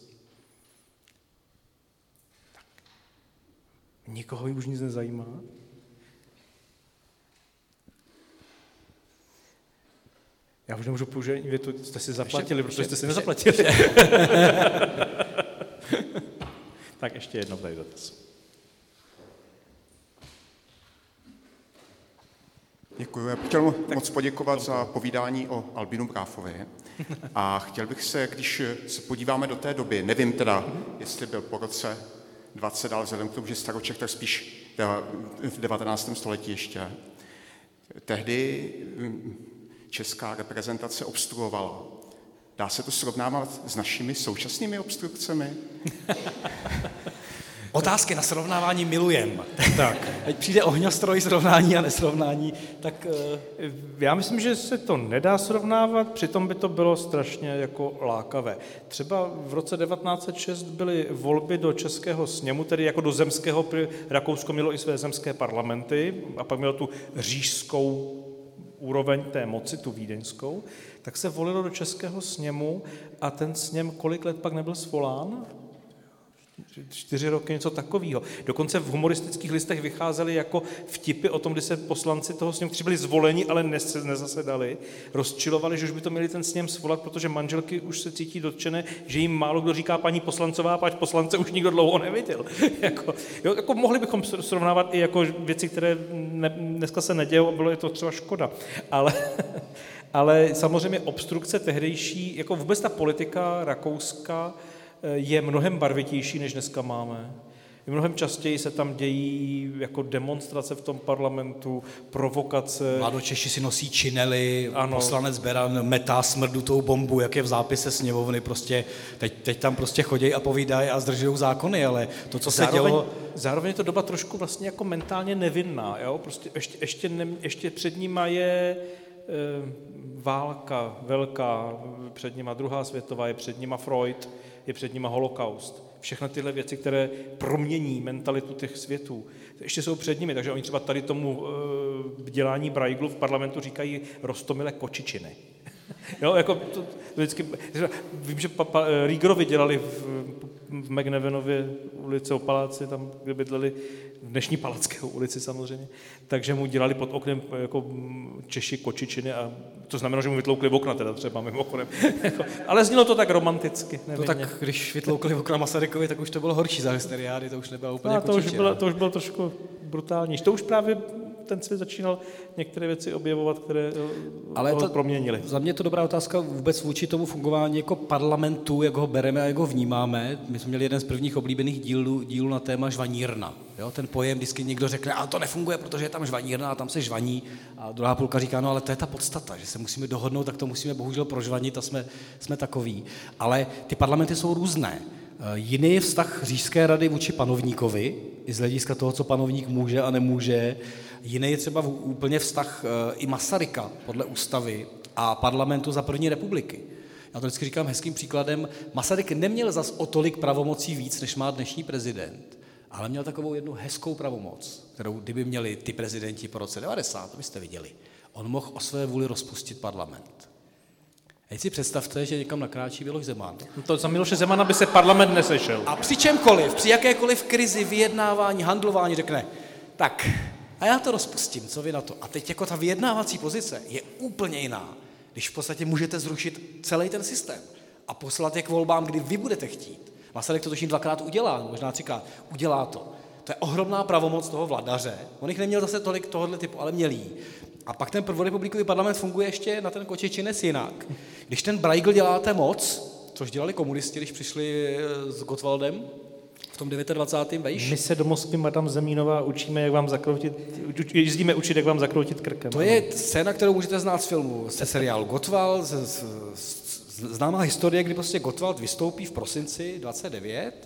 Tak. Nikoho už nic nezajímá? Já už nemůžu použít větu, jste si zaplatili, protože jste si nezaplatili. Tak ještě jednou tady dotaz. Děkuji. Já bych chtěl moc poděkovat za povídání o Albinu Bráfovi. A chtěl bych se, když se podíváme do té doby, nevím teda, jestli byl po roce dvacet, ale vzhledem k tomu, že Staroček, tak spíš v devatenáctém století ještě. Tehdy česká reprezentace obstruovala. Dá se to srovnávat s našimi současnými obstrukcemi? Otázky na srovnávání milujem. Tak, ať přijde ohňostroj srovnání a nesrovnání, tak... Já myslím, že se to nedá srovnávat, přitom by to bylo strašně jako lákavé. Třeba v roce devatenáct set šest byly volby do Českého sněmu, tedy jako do zemského, Rakousko mělo i své zemské parlamenty a pak mělo tu říšskou úroveň té moci, tu vídeňskou, tak se volilo do Českého sněmu a ten sněm kolik let pak nebyl svolán? Čtyři roky, něco takového. Dokonce v humoristických listech vycházely jako vtipy o tom, kdy se poslanci toho sněmu, kteří byli zvoleni, ale nezasedali, rozčilovali, že už by to měli ten sněm svolat, protože manželky už se cítí dotčené, že jim málo kdo říká paní poslancová, pač poslance už nikdo dlouho neviděl. jako, jo, jako mohli bychom srovnávat i jako věci, které ne, dneska se nedějou a bylo je to třeba škoda. Ale, ale samozřejmě obstrukce tehdejší, jako vůbec ta politika Rakouska, je mnohem barvitější, než dneska máme. Mnohem častěji se tam dějí jako demonstrace v tom parlamentu, provokace. Mladočeši si nosí činely, ano. Poslanec Beran metá smrdutou bombu, jak je v zápise sněmovny, prostě teď, teď tam prostě chodějí a povídají a zdržují zákony, ale to, co zároveň, se dělo... Zároveň je to doba trošku vlastně jako mentálně nevinná, jo? Prostě ještě, ještě, ne, ještě před nima je e, válka velká, před nima druhá světová, je před nima Freud, je před nima holokaust. Všechny tyhle věci, které promění mentalitu těch světů, ještě jsou před nimi. Takže oni třeba tady tomu e, dělání Braiglu v parlamentu říkají Roztomile kočičiny. jo, jako to, vždycky, vím, že pa, pa, Riegerovi dělali v, v McNevenově ulici o paláci, tam, kde bydleli, v dnešní Palackého ulici samozřejmě, takže mu dělali pod oknem jako Češi kočičiny a to znamená, že mu vytloukli okna teda třeba mimochodem. Ale znělo to tak romanticky. To tak, když vytloukli okna Masarykovi, tak už to bylo horší za hysteriády, to už nebylo úplně no, to kočičina. Už bylo, to už bylo trošku brutálnější. To už právě ten svět začínal některé věci objevovat, které Ale to to proměnily. Za mě je to dobrá otázka vůbec vůči tomu fungování jako parlamentu, jak ho bereme a jak ho vnímáme. My jsme měli jeden z prvních oblíbených dílů, dílů na téma žvanírna. Jo, ten pojem, vždycky někdo řekne, ale to nefunguje, protože je tam žvanírna a tam se žvaní. A druhá půlka říká, no ale to je ta podstata, že se musíme dohodnout, tak to musíme bohužel prožvanit a jsme, jsme takový. Ale ty parlamenty jsou různé. Jiný je vztah Říšské rady vůči panovníkovi, i z hlediska toho, co panovník může a nemůže. Jiný je třeba úplně vztah i Masaryka podle ústavy a parlamentu za první republiky. Já to vždycky říkám hezkým příkladem. Masaryk neměl zas o tolik pravomocí víc, než má dnešní prezident, ale měl takovou jednu hezkou pravomoc, kterou kdyby měli ty prezidenti po roce devadesát, to byste viděli. On mohl o své vůli rozpustit parlament. A teď si představte, že někam nakráčí Miloš Zeman. To za Miloše Zemana by se parlament nesešel. A při čemkoliv, při jakékoliv krizi, vyjednávání, handlování řekne, tak a já to rozpustím, co vy na to? A teď jako ta vyjednávací pozice je úplně jiná, když v podstatě můžete zrušit celý ten systém a poslat je k volbám, kdy vy budete chtít. Masaryk to točím dvakrát udělá, možná třikrát, udělá to. To je ohromná pravomoc toho vladaře. On jich neměl zase tolik tohohle typu, ale měl jí. A pak ten prvorepublikový parlament funguje ještě na ten kočečinec jinak. Když ten Bruegel děláte moc, což dělali komunisti, když přišli s Gottwaldem v tom dvacátém devátém vejš. My se do Moskvy, madam Zemínová, učíme, jak vám zakroutit, jezdíme učit, jak vám zakroutit krkem. To je scéna, kterou můžete znát z filmu, ze seriálu Gottwald, z, z, z, známá historie, kdy prostě Gottwald vystoupí v prosinci dvacet devět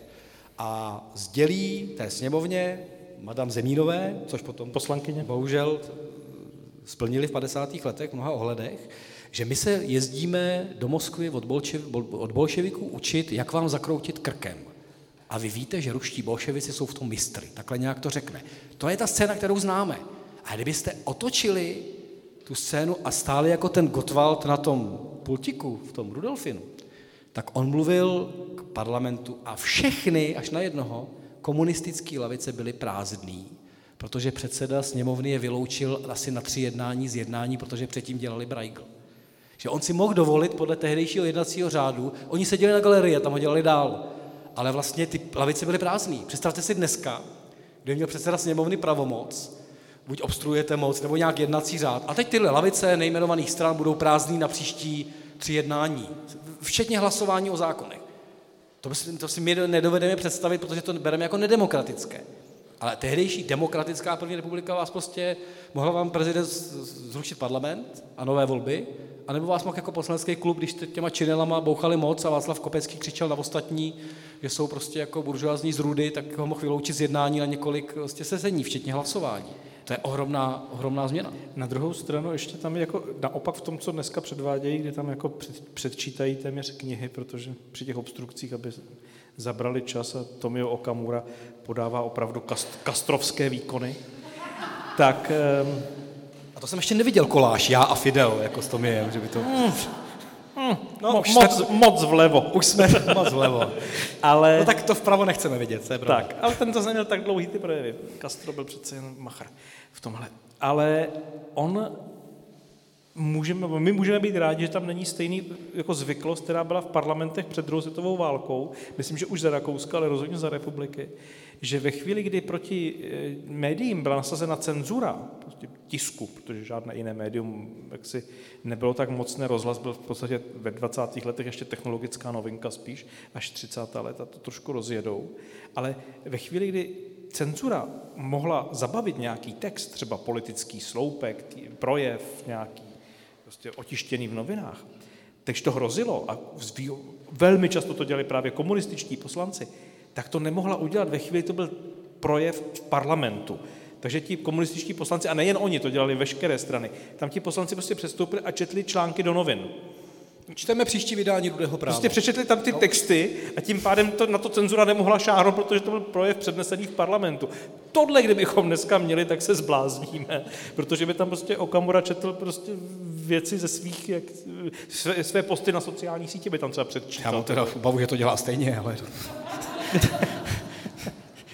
a sdělí té sněmovně madam Zemínové, což potom poslankyně bohužel splnili v padesátých letech v mnoha ohledech, že my se jezdíme do Moskvy od, bolšev, od bolševiků učit, jak vám zakroutit krkem. A vy víte, že ruští bolševici jsou v tom mistry. Takhle nějak to řekne. To je ta scéna, kterou známe. A kdybyste otočili tu scénu a stáli jako ten Gottwald na tom pultiku, v tom Rudolfinu, tak on mluvil k parlamentu a všechny, až na jednoho, komunistické lavice byly prázdný, protože předseda sněmovny je vyloučil asi na tři jednání z jednání, protože předtím dělali Bruegel. Že on si mohl dovolit podle tehdejšího jednacího řádu, oni seděli na galerii a tam ho dělali dál, ale vlastně ty lavice byly prázdný. Představte si dneska, kdy měl předseda sněmovny pravomoc, buď obstruujete moc, nebo nějak jednací řád, a teď tyhle lavice nejmenovaných stran budou prázdný na příští tři jednání, včetně hlasování o zákonech. To, si, to si my nedovedeme představit, protože to bereme jako nedemokratické. Ale tehdejší demokratická první republika vás prostě, mohla vám prezident zrušit parlament a nové volby, anebo vás mohl jako poslanecký klub, když těma činelama bouchali moc a Václav Kopecký křičel na ostatní, že jsou prostě jako buržoázní zrůdy, tak ho mohl vyloučit z jednání na několik prostě sezení, včetně hlasování. To je ohromná, ohromná změna. Na druhou stranu ještě tam je jako naopak v tom, co dneska předvádějí, kdy tam jako před, předčítají téměř knihy, protože při těch obstrukcích, aby zabrali čas a Tomio Okamura podává opravdu kast, kastrovské výkony, tak... Um, a to jsem ještě neviděl koláž, já a Fidel, jako s Tomiem, že by to... Mm, mm, no, mo, moc, jsme, moc vlevo. Už jsme moc vlevo. Ale, no tak to vpravo nechceme vidět, co je pravda. Tak, ale ten to neměl tak dlouhý ty projevy. Castro byl přece jen machr v tomhle. Ale on... Můžeme, my můžeme být rádi, že tam není stejný jako zvyklost, která byla v parlamentech před druhou světovou válkou, myslím, že už za Rakouska, ale rozhodně za republiky, že ve chvíli, kdy proti médiím byla nasazena cenzura, prostě tisku, protože žádné jiné médium jaksi nebylo tak mocné, rozhlas byl v podstatě ve dvacátých letech ještě technologická novinka spíš, až třicátá léta to trošku rozjedou, ale ve chvíli, kdy cenzura mohla zabavit nějaký text, třeba politický sloupek, projev nějaký, prostě otištěný v novinách, takže to hrozilo a velmi často to dělali právě komunističtí poslanci, tak to nemohla udělat ve chvíli, to byl projev v parlamentu. Takže ti komunističtí poslanci, a nejen oni, to dělali veškeré strany, tam ti poslanci prostě přestoupili a četli články do novin. Čteme příští vydání Rudého práva. Prostě přečetli tam ty no. texty a tím pádem to, na to cenzura nemohla šáhnout, protože to byl projev přednesený v parlamentu. Tohle, kdybychom dneska měli, tak se zblázníme, protože by tam prostě Okamura četl prostě věci ze svých, jak, své, své posty na sociální sítě by tam třeba předčítal. Já mám teda obavu, že to dělá stejně, ale...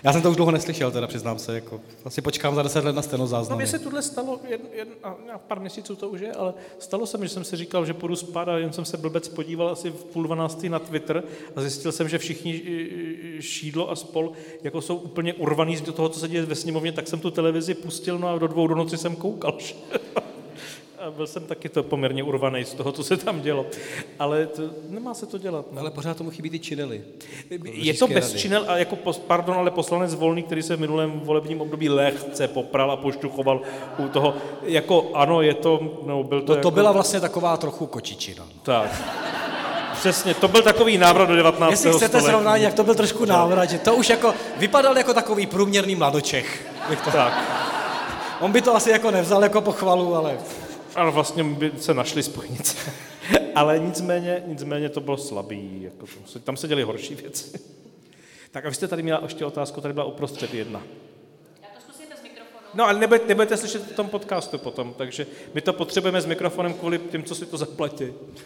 Já jsem to už dlouho neslyšel, teda přiznám se, jako, asi počkám za deset let na stenozáznamy. No mně se tohle stalo, jen, jen, a pár měsíců to už je, ale stalo se mi, že jsem si říkal, že půjdu spát a jen jsem se blbec podíval asi v půl dvanáctý na Twitter a zjistil jsem, že všichni Šídlo a spol jako jsou úplně urvaný do toho, co se děje ve sněmovně, tak jsem tu televizi pustil, no a do dvou do noci jsem koukal. A byl jsem taky to poměrně urvaný z toho, co se tam dělo. Ale to, nemá se to dělat. No. Ale pořád tomu chybí ty činely. Je to bez činel a jako, pardon, ale poslanec Volný, který se v minulém volebním období lehce popral a poštuchoval u toho, jako ano, je to, no byl to No to jako, byla vlastně taková trochu kočičina. Tak. Přesně, to byl takový návrat do devatenáctého Jestli chcete století. srovnání, jak to byl trošku návrat, že to už jako vypadal jako takový průměrný mladočech. To... Tak. On by to asi jako nevzal jako pochvalu, ale... Ale vlastně by se našly spojnice. Ale nicméně, nicméně to bylo slabý. Jako to, tam se děly horší věci. Tak a vy jste tady měla ještě otázku, tady byla uprostřed jedna. Já to zkusím bez mikrofonu. No ale nebudete, nebudete slyšet v tom podcastu potom, takže my to potřebujeme s mikrofonem kvůli těm, co si to zaplatí.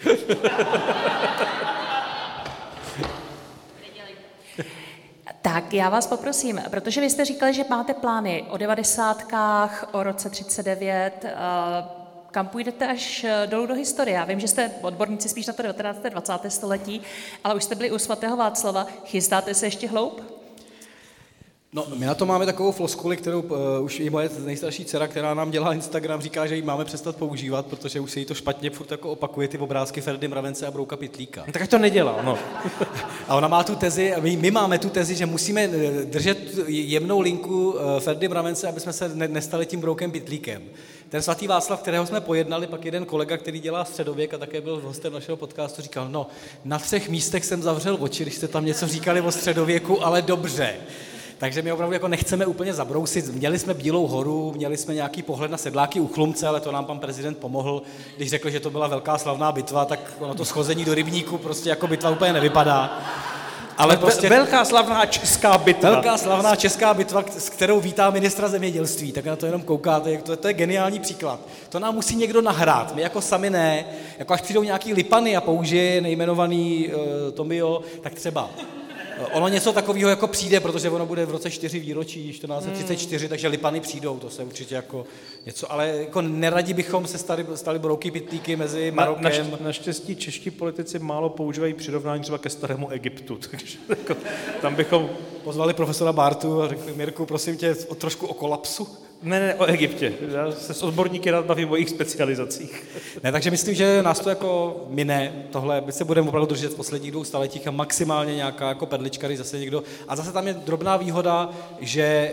Tak já vás poprosím, protože vy jste říkali, že máte plány o devadesátkách, o roce třicet devět, kam půjdete až dolů do historie. Já vím, že jste odborníci spíš na to devatenácté dvacáté století, ale už jste byli u svatého Václava. Chystáte se ještě hloub? No, my na to máme takovou floskuli, kterou uh, už i moje nejstarší dcera, která nám dělá Instagram, říká, že ji máme přestat používat, protože už se jí to špatně furt jako opakuje, ty obrázky Ferdy Mravence a Brouka Pytlíka. No, tak ať to nedělá, no. A ona má tu tezi, my, my máme tu tezi, že musíme držet jemnou linku Ferdy Mravence, aby jsme se nestali tím Broukem Pytlíkem. Ten svatý Václav, kterého jsme pojednali, pak jeden kolega, který dělá středověk a také byl hostem našeho podcastu, říkal, no, na třech místech jsem zavřel oči, když jste tam něco říkali o středověku, ale dobře. Takže my opravdu jako nechceme úplně zabrousit. Měli jsme Bílou horu, měli jsme nějaký pohled na sedláky u Chlumce, ale to nám pan prezident pomohl, když řekl, že to byla velká slavná bitva, tak ono to schození do rybníku prostě jako bitva úplně nevypadá. Ale prostě velká slavná česká bitva. Velká slavná česká bitva, s kterou vítá ministra zemědělství, tak na to jenom koukáte, jak to, to je geniální příklad. To nám musí někdo nahrát, my jako sami ne, jako až přijdou nějaký lipany a použije nejmenovaný uh, Tomio, tak třeba. Ono něco takového jako přijde, protože ono bude v roce čtyři výročí, čtrnáct set třicet čtyři, hmm. takže lipany přijdou, to se určitě jako něco, ale jako neradi bychom se stali, stali Brouky Pytlíky mezi Marokem. Na, naš, naštěstí čeští politici málo používají přirovnání třeba ke starému Egyptu, takže jako, tam bychom... Pozvali profesora Bártu a řekli, Mirku, prosím tě, o, trošku o kolapsu. Ne, ne, o Egyptě. Já se s odborníky rád bavím o jejich specializacích. Ne, takže myslím, že nás to jako mine, tohle, my se budeme opravdu držet v posledních dvou staletích a maximálně nějaká jako perlička, když zase někdo... A zase tam je drobná výhoda, že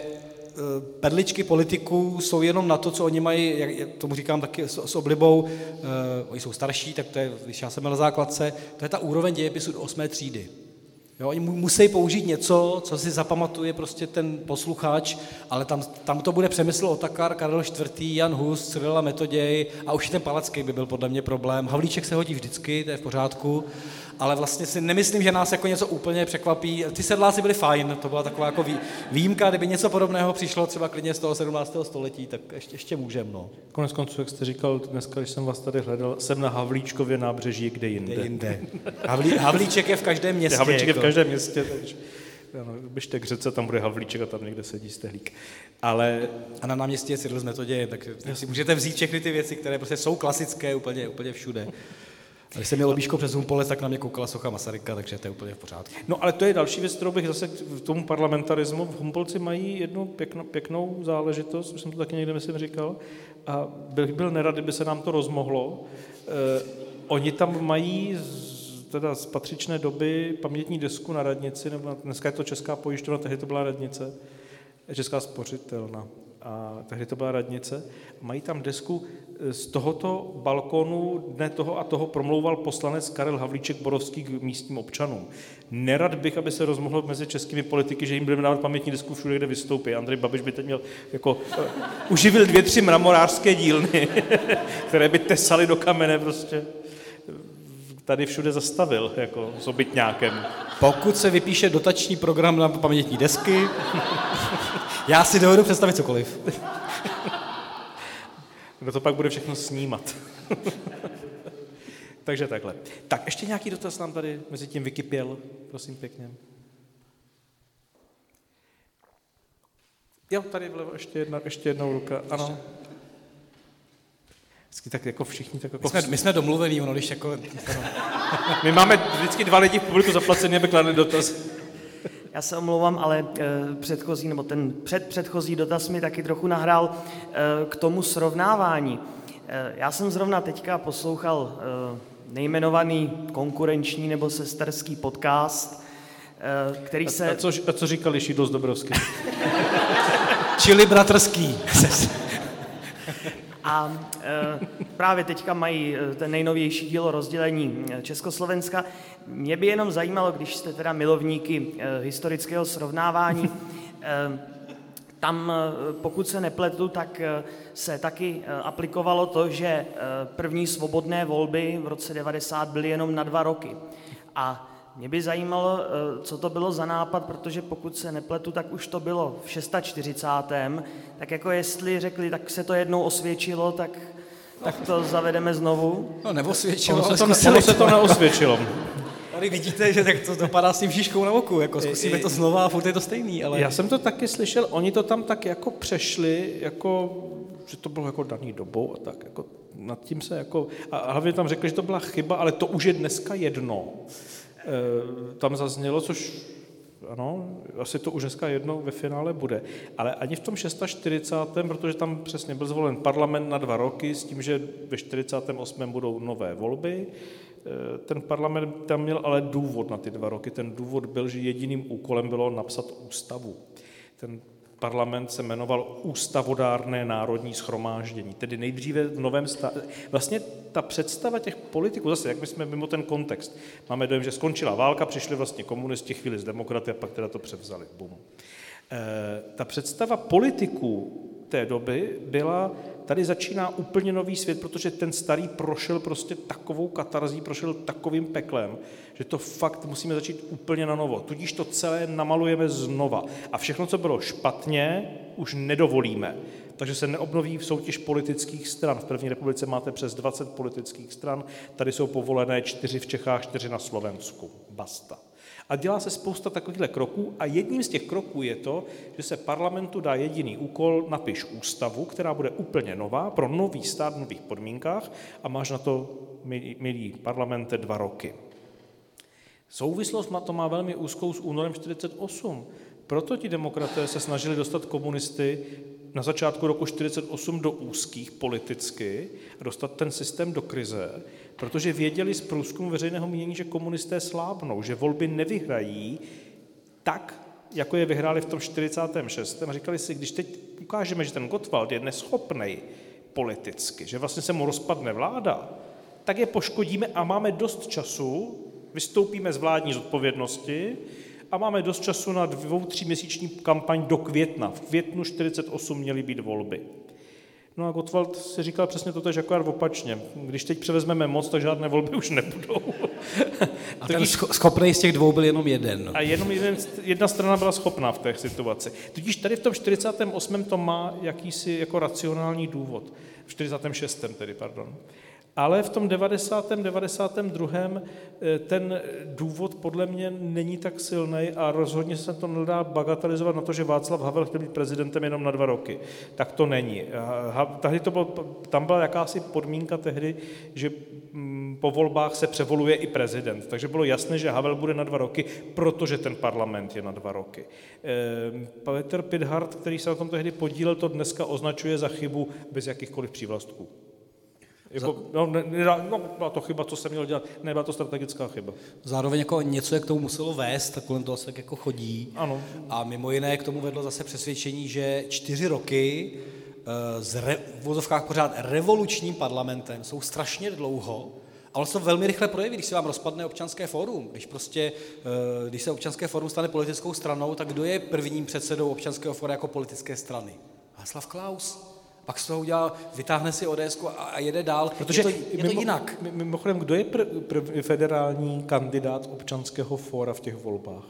perličky politiků jsou jenom na to, co oni mají, jak tomu říkám taky s, s oblibou, uh, oni jsou starší, tak to je, když já jsem na základce, to je ta úroveň dějepisu do osmé třídy. Jo, oni musí použít něco, co si zapamatuje prostě ten posluchač, ale tam, tam to bude Přemysl Otakar, Karel čtvrtý, Jan Hus, Cyrila Metoděj a už i ten Palacký by byl podle mě problém. Havlíček se hodí vždycky, to je v pořádku, ale vlastně si nemyslím, že nás jako něco úplně překvapí. Ty sedláci byli fajn, to byla taková jako výjimka, kdyby něco podobného přišlo třeba klidně z toho sedmnáctého století, tak ještě, ještě můžem, no. Konec konců, jak jste říkal dneska, když jsem vás tady hledal, jsem na Havlíčkově nábřeží, kde jinde. Kde jinde. Havlí, Havlíček je v každém městě. Havlíček je v jako. každém městě, takže ano, běžte k řece, tam bude Havlíček a tam někde sedí Stehlík. Ale... A na náměstí je Cyril s Metodějem, tak si můžete vzít všechny ty věci, které prostě jsou klasické úplně, úplně všude. A když jsem měl obíško přes Humpolec, tak na mě koukala socha Masaryka, takže to je úplně v pořádku. No ale to je další věc, kterou bych zase k tomu parlamentarismu. V Humpolci mají jednu pěknou, pěknou záležitost, už jsem to taky někde myslím říkal, a bych byl nerad, kdyby se nám to rozmohlo. Eh, oni tam mají z, teda z patřičné doby pamětní desku na radnici, nebo dneska je to Česká pojišťovna, tehdy to byla radnice, Česká spořitelna. A tehdy to byla radnice, mají tam desku z tohoto balkonu dne toho a toho promlouval poslanec Karel Havlíček Borovský k místním občanům. Nerad bych, aby se rozmohlo mezi českými politiky, že jim budeme dávat pamětní desku všude, kde vystoupí. Andrej Babiš by teď měl jako uh, uživil dvě, tři mramorářské dílny, které by tesaly do kamene prostě. Tady všude zastavil, jako s obytňákem. Pokud se vypíše dotační program na pamětní desky, já si dovedu představit cokoliv. Kdo to pak bude všechno snímat. Takže takhle. Tak, ještě nějaký dotaz nám tady mezi tím vykypěl, prosím pěkně. Jo, tady vlevo ještě jedna, ještě jednou ruka, ano. Vždycky tak jako všichni tak jako... My jsme, my jsme domluvení, ono když jako... My máme vždycky dva lidi v publiku zaplacený, aby kladli dotaz. Já se omlouvám, ale e, předchozí, nebo ten předpředchozí dotaz mi taky trochu nahrál e, k tomu srovnávání. E, já jsem zrovna teďka poslouchal e, nejmenovaný konkurenční nebo sesterský podcast, e, který se... A, a, co, a co říkal Šídlo z Dobrovský? Čili bratrský. A e, právě teďka mají ten nejnovější díl rozdělení Československa. Mě by jenom zajímalo, když jste teda milovníky e, historického srovnávání, e, tam, e, pokud se nepletu, tak e, se taky e, aplikovalo to, že e, první svobodné volby v roce devadesát byly jenom na dva roky. A mě by zajímalo, co to bylo za nápad, protože pokud se nepletu, tak už to bylo v čtyřicátém šestém Tak jako jestli řekli, tak se to jednou osvědčilo, tak, tak to zavedeme znovu. No neosvědčilo, ono ale se to, zkusili. ono se to neosvědčilo. Tady vidíte, že tak to dopadá s tím šíškou na oku, jako zkusíme to znova a furt je to stejný, ale... Já jsem to taky slyšel, oni to tam tak jako přešli, jako, že to bylo jako daný dobou a tak, jako nad tím se jako... A hlavně tam řekli, že to byla chyba, ale to už je dneska jedno. E, tam zaznělo, což ano, asi to už dneska jednou ve finále bude. Ale ani v tom čtyřicátém šestém protože tam přesně byl zvolen parlament na dva roky s tím, že ve čtyřicátém osmém budou nové volby. E, ten parlament tam měl ale důvod na ty dva roky. Ten důvod byl, že jediným úkolem bylo napsat ústavu. Ten parlament se jmenoval Ústavodárné národní shromáždění, tedy nejdříve v novém státě. Vlastně ta představa těch politiků, zase jak my jsme mimo ten kontext, máme dojem, že skončila válka, přišli vlastně komunisti, chvíli z demokraty a pak teda to převzali. Bum. E, ta představa politiků té doby byla, tady začíná úplně nový svět, protože ten starý prošel prostě takovou katarzí, prošel takovým peklem, že to fakt musíme začít úplně na novo. Tudíž to celé namalujeme znova. A všechno, co bylo špatně, už nedovolíme. Takže se neobnoví soutěž politických stran. V první republice máte přes dvacet politických stran, tady jsou povolené čtyři v Čechách, čtyři na Slovensku. Basta. A dělá se spousta takovýchhle kroků a jedním z těch kroků je to, že se parlamentu dá jediný úkol, napiš ústavu, která bude úplně nová, pro nový stát v nových podmínkách a máš na to, milí, milí parlamente, dva roky. Souvislost má to má velmi úzkou s únorem čtyřicet osm. Proto ti demokraté se snažili dostat komunisty na začátku roku čtyřicet osm do úzkých politicky a dostat ten systém do krize, protože věděli z průzkumu veřejného mínění, že komunisté slábnou, že volby nevyhrají tak, jako je vyhráli v tom čtyřicátém šestém A říkali si, když teď ukážeme, že ten Gottwald je neschopnej politicky, že vlastně se mu rozpadne vláda, tak je poškodíme a máme dost času, vystoupíme z vládní zodpovědnosti a máme dost času na dvou, tříměsíční kampaň do května. V květnu čtyřicet osm měly být volby. No a Gottwald si říkal přesně totéž jako opačně. Když teď převezmeme moc, tak žádné volby už nebudou. A ten schopnej z těch dvou byl jenom jeden. A jenom jeden, jedna strana byla schopná v té situaci. Tudíž tady v tom čtyřicátém osmém to má jakýsi jako racionální důvod. V čtyřicátém šestém tedy, pardon. Ale v tom devadesátém devadesátém druhém ten důvod podle mě není tak silný a rozhodně se to nedá bagatelizovat na to, že Václav Havel chtěl být prezidentem jenom na dva roky. Tak to není. Tahdy to bylo, tam byla jakási podmínka tehdy, že po volbách se převoluje i prezident. Takže bylo jasné, že Havel bude na dva roky, protože ten parlament je na dva roky. Peter Pithart, který se na tom tehdy podílel, to dneska označuje za chybu bez jakýchkoliv přívlastků. Jako, no, ne, no, byla to chyba, co jsem měl dělat, nebyla to strategická chyba. Zároveň jako něco, jak k tomu muselo vést, tak kolem toho se tak jako chodí. Ano. A mimo jiné k tomu vedlo zase přesvědčení, že čtyři roky s re, v vozovkách pořád revolučním parlamentem jsou strašně dlouho, ale se to velmi rychle projeví, když se vám rozpadne občanské fórum. Když prostě, když se občanské fórum stane politickou stranou, tak kdo je prvním předsedou občanského fóra jako politické strany? Václav Klaus. Pak z toho udělal, vytáhne si ODSku a jede dál, protože je to, je to mimo, jinak. Mimochodem, kdo je pr, pr, federální kandidát občanského fóra v těch volbách?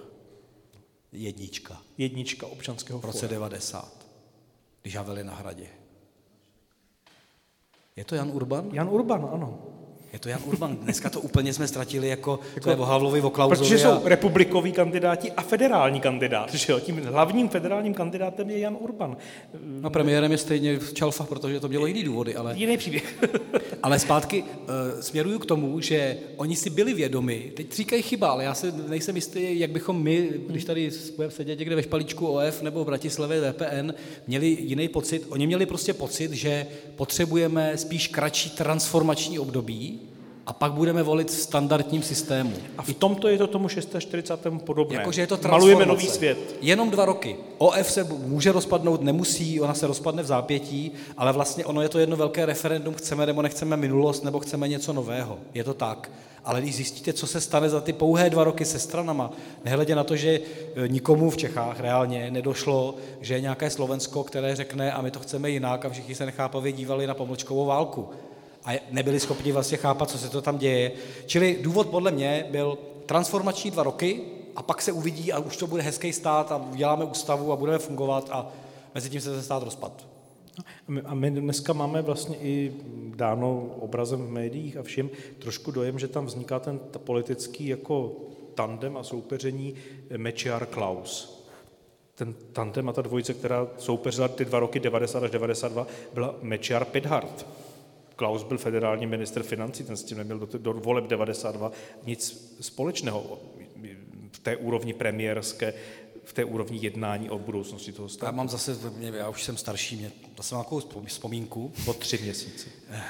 Jednička. Jednička občanského fóra. V roce devadesát, když Havel je na Hradě. Je to Jan Urban? Jan Urban, ano. Je to Jan Urban. Dneska to úplně jsme ztratili jako, to je o Havlovi, o Klausovi. Protože jsou a... republikoví kandidáti a federální kandidát. Že jo? Tím hlavním federálním kandidátem je Jan Urban. No premiérem je stejně Čalfa, protože to mělo jiný důvody, ale... Jiný příběh. Ale zpátky uh, směruju k tomu, že oni si byli vědomi, teď říkají chyba, ale já se nejsem jistý, jak bychom my, když tady budeme sedět někde ve Špalíčku O F nebo v Bratislavě V P N, měli jiný pocit. Oni měli prostě pocit, že potřebujeme spíš kratší transformační období a pak budeme volit v standardním systému. A v tomto je to tomu čtyřicátému šestému podobné. Jakože je to Malujeme nový svět. Jenom dva roky. O F se může rozpadnout, nemusí, ona se rozpadne v zápětí, ale vlastně ono je to jedno velké referendum, chceme nebo nechceme minulost, nebo chceme něco nového. Je to tak. Ale když zjistíte, co se stane za ty pouhé dva roky se stranama, nehledě na to, že nikomu v Čechách reálně nedošlo, že je nějaké Slovensko, které řekne, a my to chceme jinak, a všichni se nechápavě dívali na pomlčkovou válku. A nebyli schopni vlastně chápat, co se to tam děje. Čili důvod podle mě byl transformační dva roky a pak se uvidí a už to bude hezký stát a uděláme ústavu a budeme fungovat a mezi tím se ten stát rozpad. A my dneska máme vlastně i dáno obrazem v médiích a všem trošku dojem, že tam vzniká ten politický jako tandem a soupeření Mečiar-Klaus. Ten tandem a ta dvojice, která soupeřila ty dva roky devadesát až devadesát dva, byla Mečiar-Pithart. Klaus byl federální ministr financí, ten s tím neměl do, do voleb devadesát dva nic společného v té úrovni premiérské, v té úrovni jednání o budoucnosti toho státu. Já mám zase, já už jsem starší, mě zase mám takovou vzpomínku. Po tři měsíce.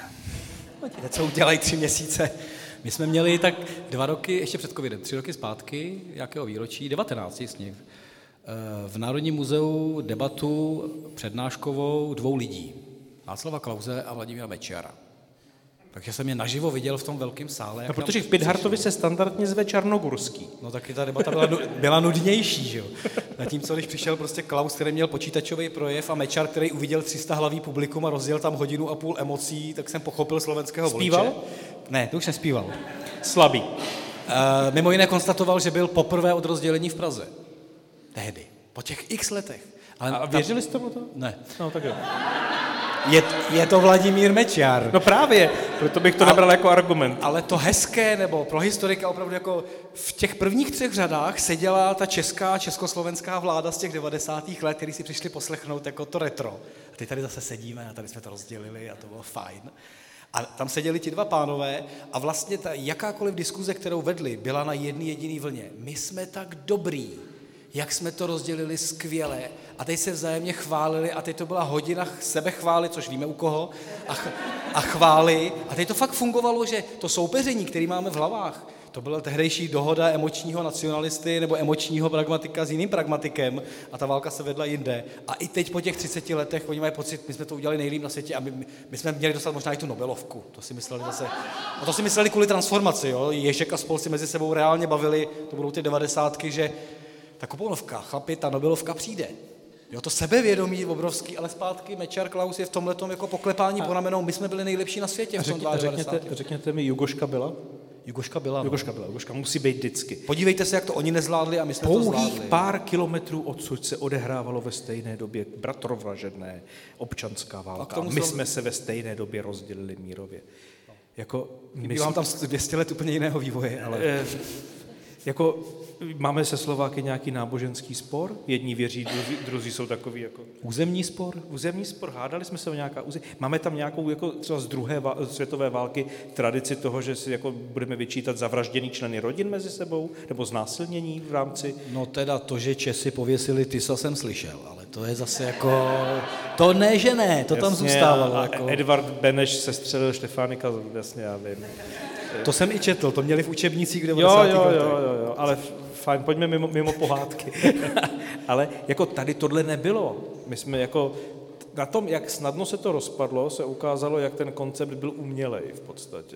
Co udělají tři měsíce? My jsme měli tak dva roky, ještě před covidem, tři roky zpátky, jakého výročí, devatenáct z nich, v Národním muzeu debatu přednáškovou dvou lidí. Václava Klause a Vladimíra Mečiara. Takže jsem je naživo viděl v tom velkém sále. No, protože v Pithartovi se standardně zve Čarnogurský. No taky ta debata byla, byla nudnější, že jo. Zatímco když přišel prostě Klaus, který měl počítačový projev a Mečiar, který uviděl tři sta hlavý publikum a rozdělil tam hodinu a půl emocí, tak jsem pochopil slovenského voliče. Zpíval? Ne, to už nespíval. Slabý. Uh, mimo jiné konstatoval, že byl poprvé od rozdělení v Praze. Tehdy. Po těch x letech. Ale a věřili jste mu to? Ne. No tak jo. Je, je to Vladimír Mečiar. No právě, proto bych to nebral jako argument. Ale to hezké, nebo pro historika opravdu jako v těch prvních třech řadách seděla ta česká, československá vláda z těch devadesátých let, který si přišli poslechnout jako to retro. A teď tady zase sedíme a tady jsme to rozdělili a to bylo fajn. A tam seděli ti dva pánové a vlastně ta jakákoliv diskuze, kterou vedli, byla na jedné jediné vlně. My jsme tak dobrý, jak jsme to rozdělili skvěle a teď se vzájemně chválili a teď to byla hodina sebechvály, což víme u koho, a, ch- a chvály a teď to fakt fungovalo, že to soupeření, který máme v hlavách, to byla tehdejší dohoda emočního nacionalisty nebo emočního pragmatika s jiným pragmatikem a ta válka se vedla jinde. A i teď po těch třiceti letech oni mají pocit, my jsme to udělali nejlíp na světě a my, my jsme měli dostat možná i tu Nobelovku. To si mysleli zase. A to si mysleli kvůli transformaci, jo. Ježek a spol si mezi sebou reálně bavili, to budou ty devadesátky, že ta kuponovka, chlapi, ta Nobelovka přijde. Jo, to sebevědomí obrovský, ale zpátky Mečiar Klaus je v tomhletom jako poklepání po ramenou. My jsme byli nejlepší na světě v tom devadesátém Řekněte, řekněte mi, Jugoška byla? Jugoška byla. No. Jugoška byla, Jugoška musí být vždycky. Podívejte se, jak to oni nezvládli a my jsme Pouhých to zvládli. Pouhých pár kilometrů odsud se odehrávalo ve stejné době bratrovražedné občanská válka. My jsou... jsme se ve stejné době rozdělili mírově. Jako, my vám tam dvě stě let úplně jiného vývoje, ale... E, jako, máme se Slováky nějaký náboženský spor? Jedni věří, druzí, druzí jsou takový jako... Územní spor? Územní spor, hádali jsme se o nějaká území. Máme tam nějakou jako třeba z druhé vá- světové války tradici toho, že si jako budeme vyčítat zavražděný členy rodin mezi sebou, nebo znásilnění v rámci... No teda to, že Česi pověsili Tisa, jsem slyšel, ale to je zase jako... To ne, že ne, to jasně, tam zůstávalo. A jako... Edvard Beneš sestřelil Štefánika, jasně, já vím. To jsem i četl, to měli v učebnicích devadesátých jo, jo, letech. jo, jo, jo, ale fajn, pojďme mimo, mimo pohádky. Ale jako tady tohle nebylo. My jsme jako, na tom, jak snadno se to rozpadlo, se ukázalo, jak ten koncept byl umělej v podstatě.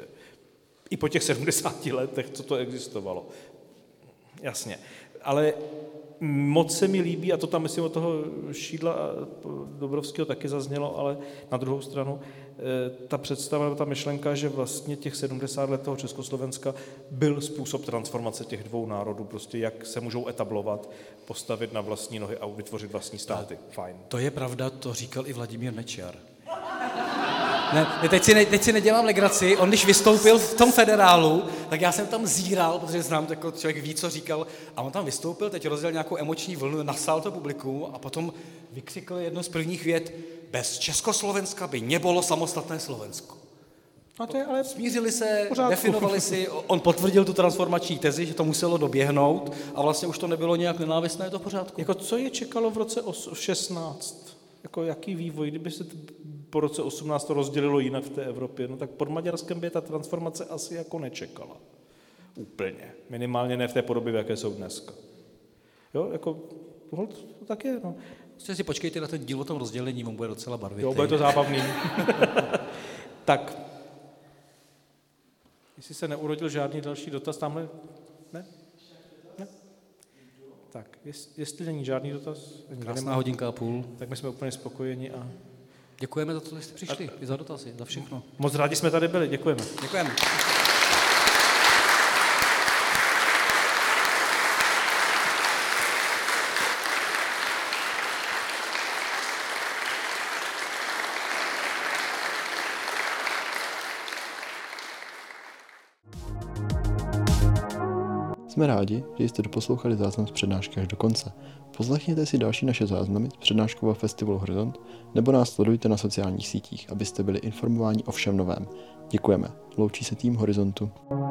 I po těch sedmdesáti letech, co to existovalo. Jasně. Ale moc se mi líbí, a to tam myslím od toho Šídla a Dobrovského taky zaznělo, ale na druhou stranu, ta představa, ta myšlenka, že vlastně těch sedmdesát let toho Československa byl způsob transformace těch dvou národů, prostě jak se můžou etablovat, postavit na vlastní nohy a vytvořit vlastní státy. Fajn. To je pravda, to říkal i Vladimír Mečiar. Ne, teď, si ne, teď si nedělám legraci, on když vystoupil v tom federálu, tak já jsem tam zíral, protože znám, jako člověk ví, co říkal, a on tam vystoupil, teď rozdělal nějakou emoční vlnu, nasál to publikum a potom vykřikl jedno z prvních vět, bez Československa by nebylo samostatné Slovensko. A to je ale Smířili se, pořádku. definovali si, on potvrdil tu transformační tezi, že to muselo doběhnout a vlastně už to nebylo nějak nenávistné, je to v pořádku. Jako co je čekalo v roce šestnáct? Jako jaký vývoj, kdyby se t- po roce osmnáct to rozdělilo jinak v té Evropě, no tak pod Maďarskem by ta transformace asi jako nečekala. Úplně. Minimálně ne v té podobě, v jaké jsou dneska. Jo, jako, hold, to tak je, no. Prostě si počkejte na ten díl o tom rozdělení, on bude docela barvitý. Jo, bude to zábavný. Tak, jestli se neurodil žádný další dotaz, tamhle, ne? Ne? Tak, jest, jestli není žádný dotaz, Krásná hodinka a půl. tak my jsme úplně spokojeni a Děkujeme za to, že jste přišli, i za dotazy, za všechno. moc rádi jsme tady byli, děkujeme. Děkujeme. Jsme rádi, že jste doposlouchali záznam z přednášky až do konce. Poslechněte si další naše záznamy z přednáškového festivalu Horizont nebo nás sledujte na sociálních sítích, abyste byli informováni o všem novém. Děkujeme. Loučí se tým Horizontu.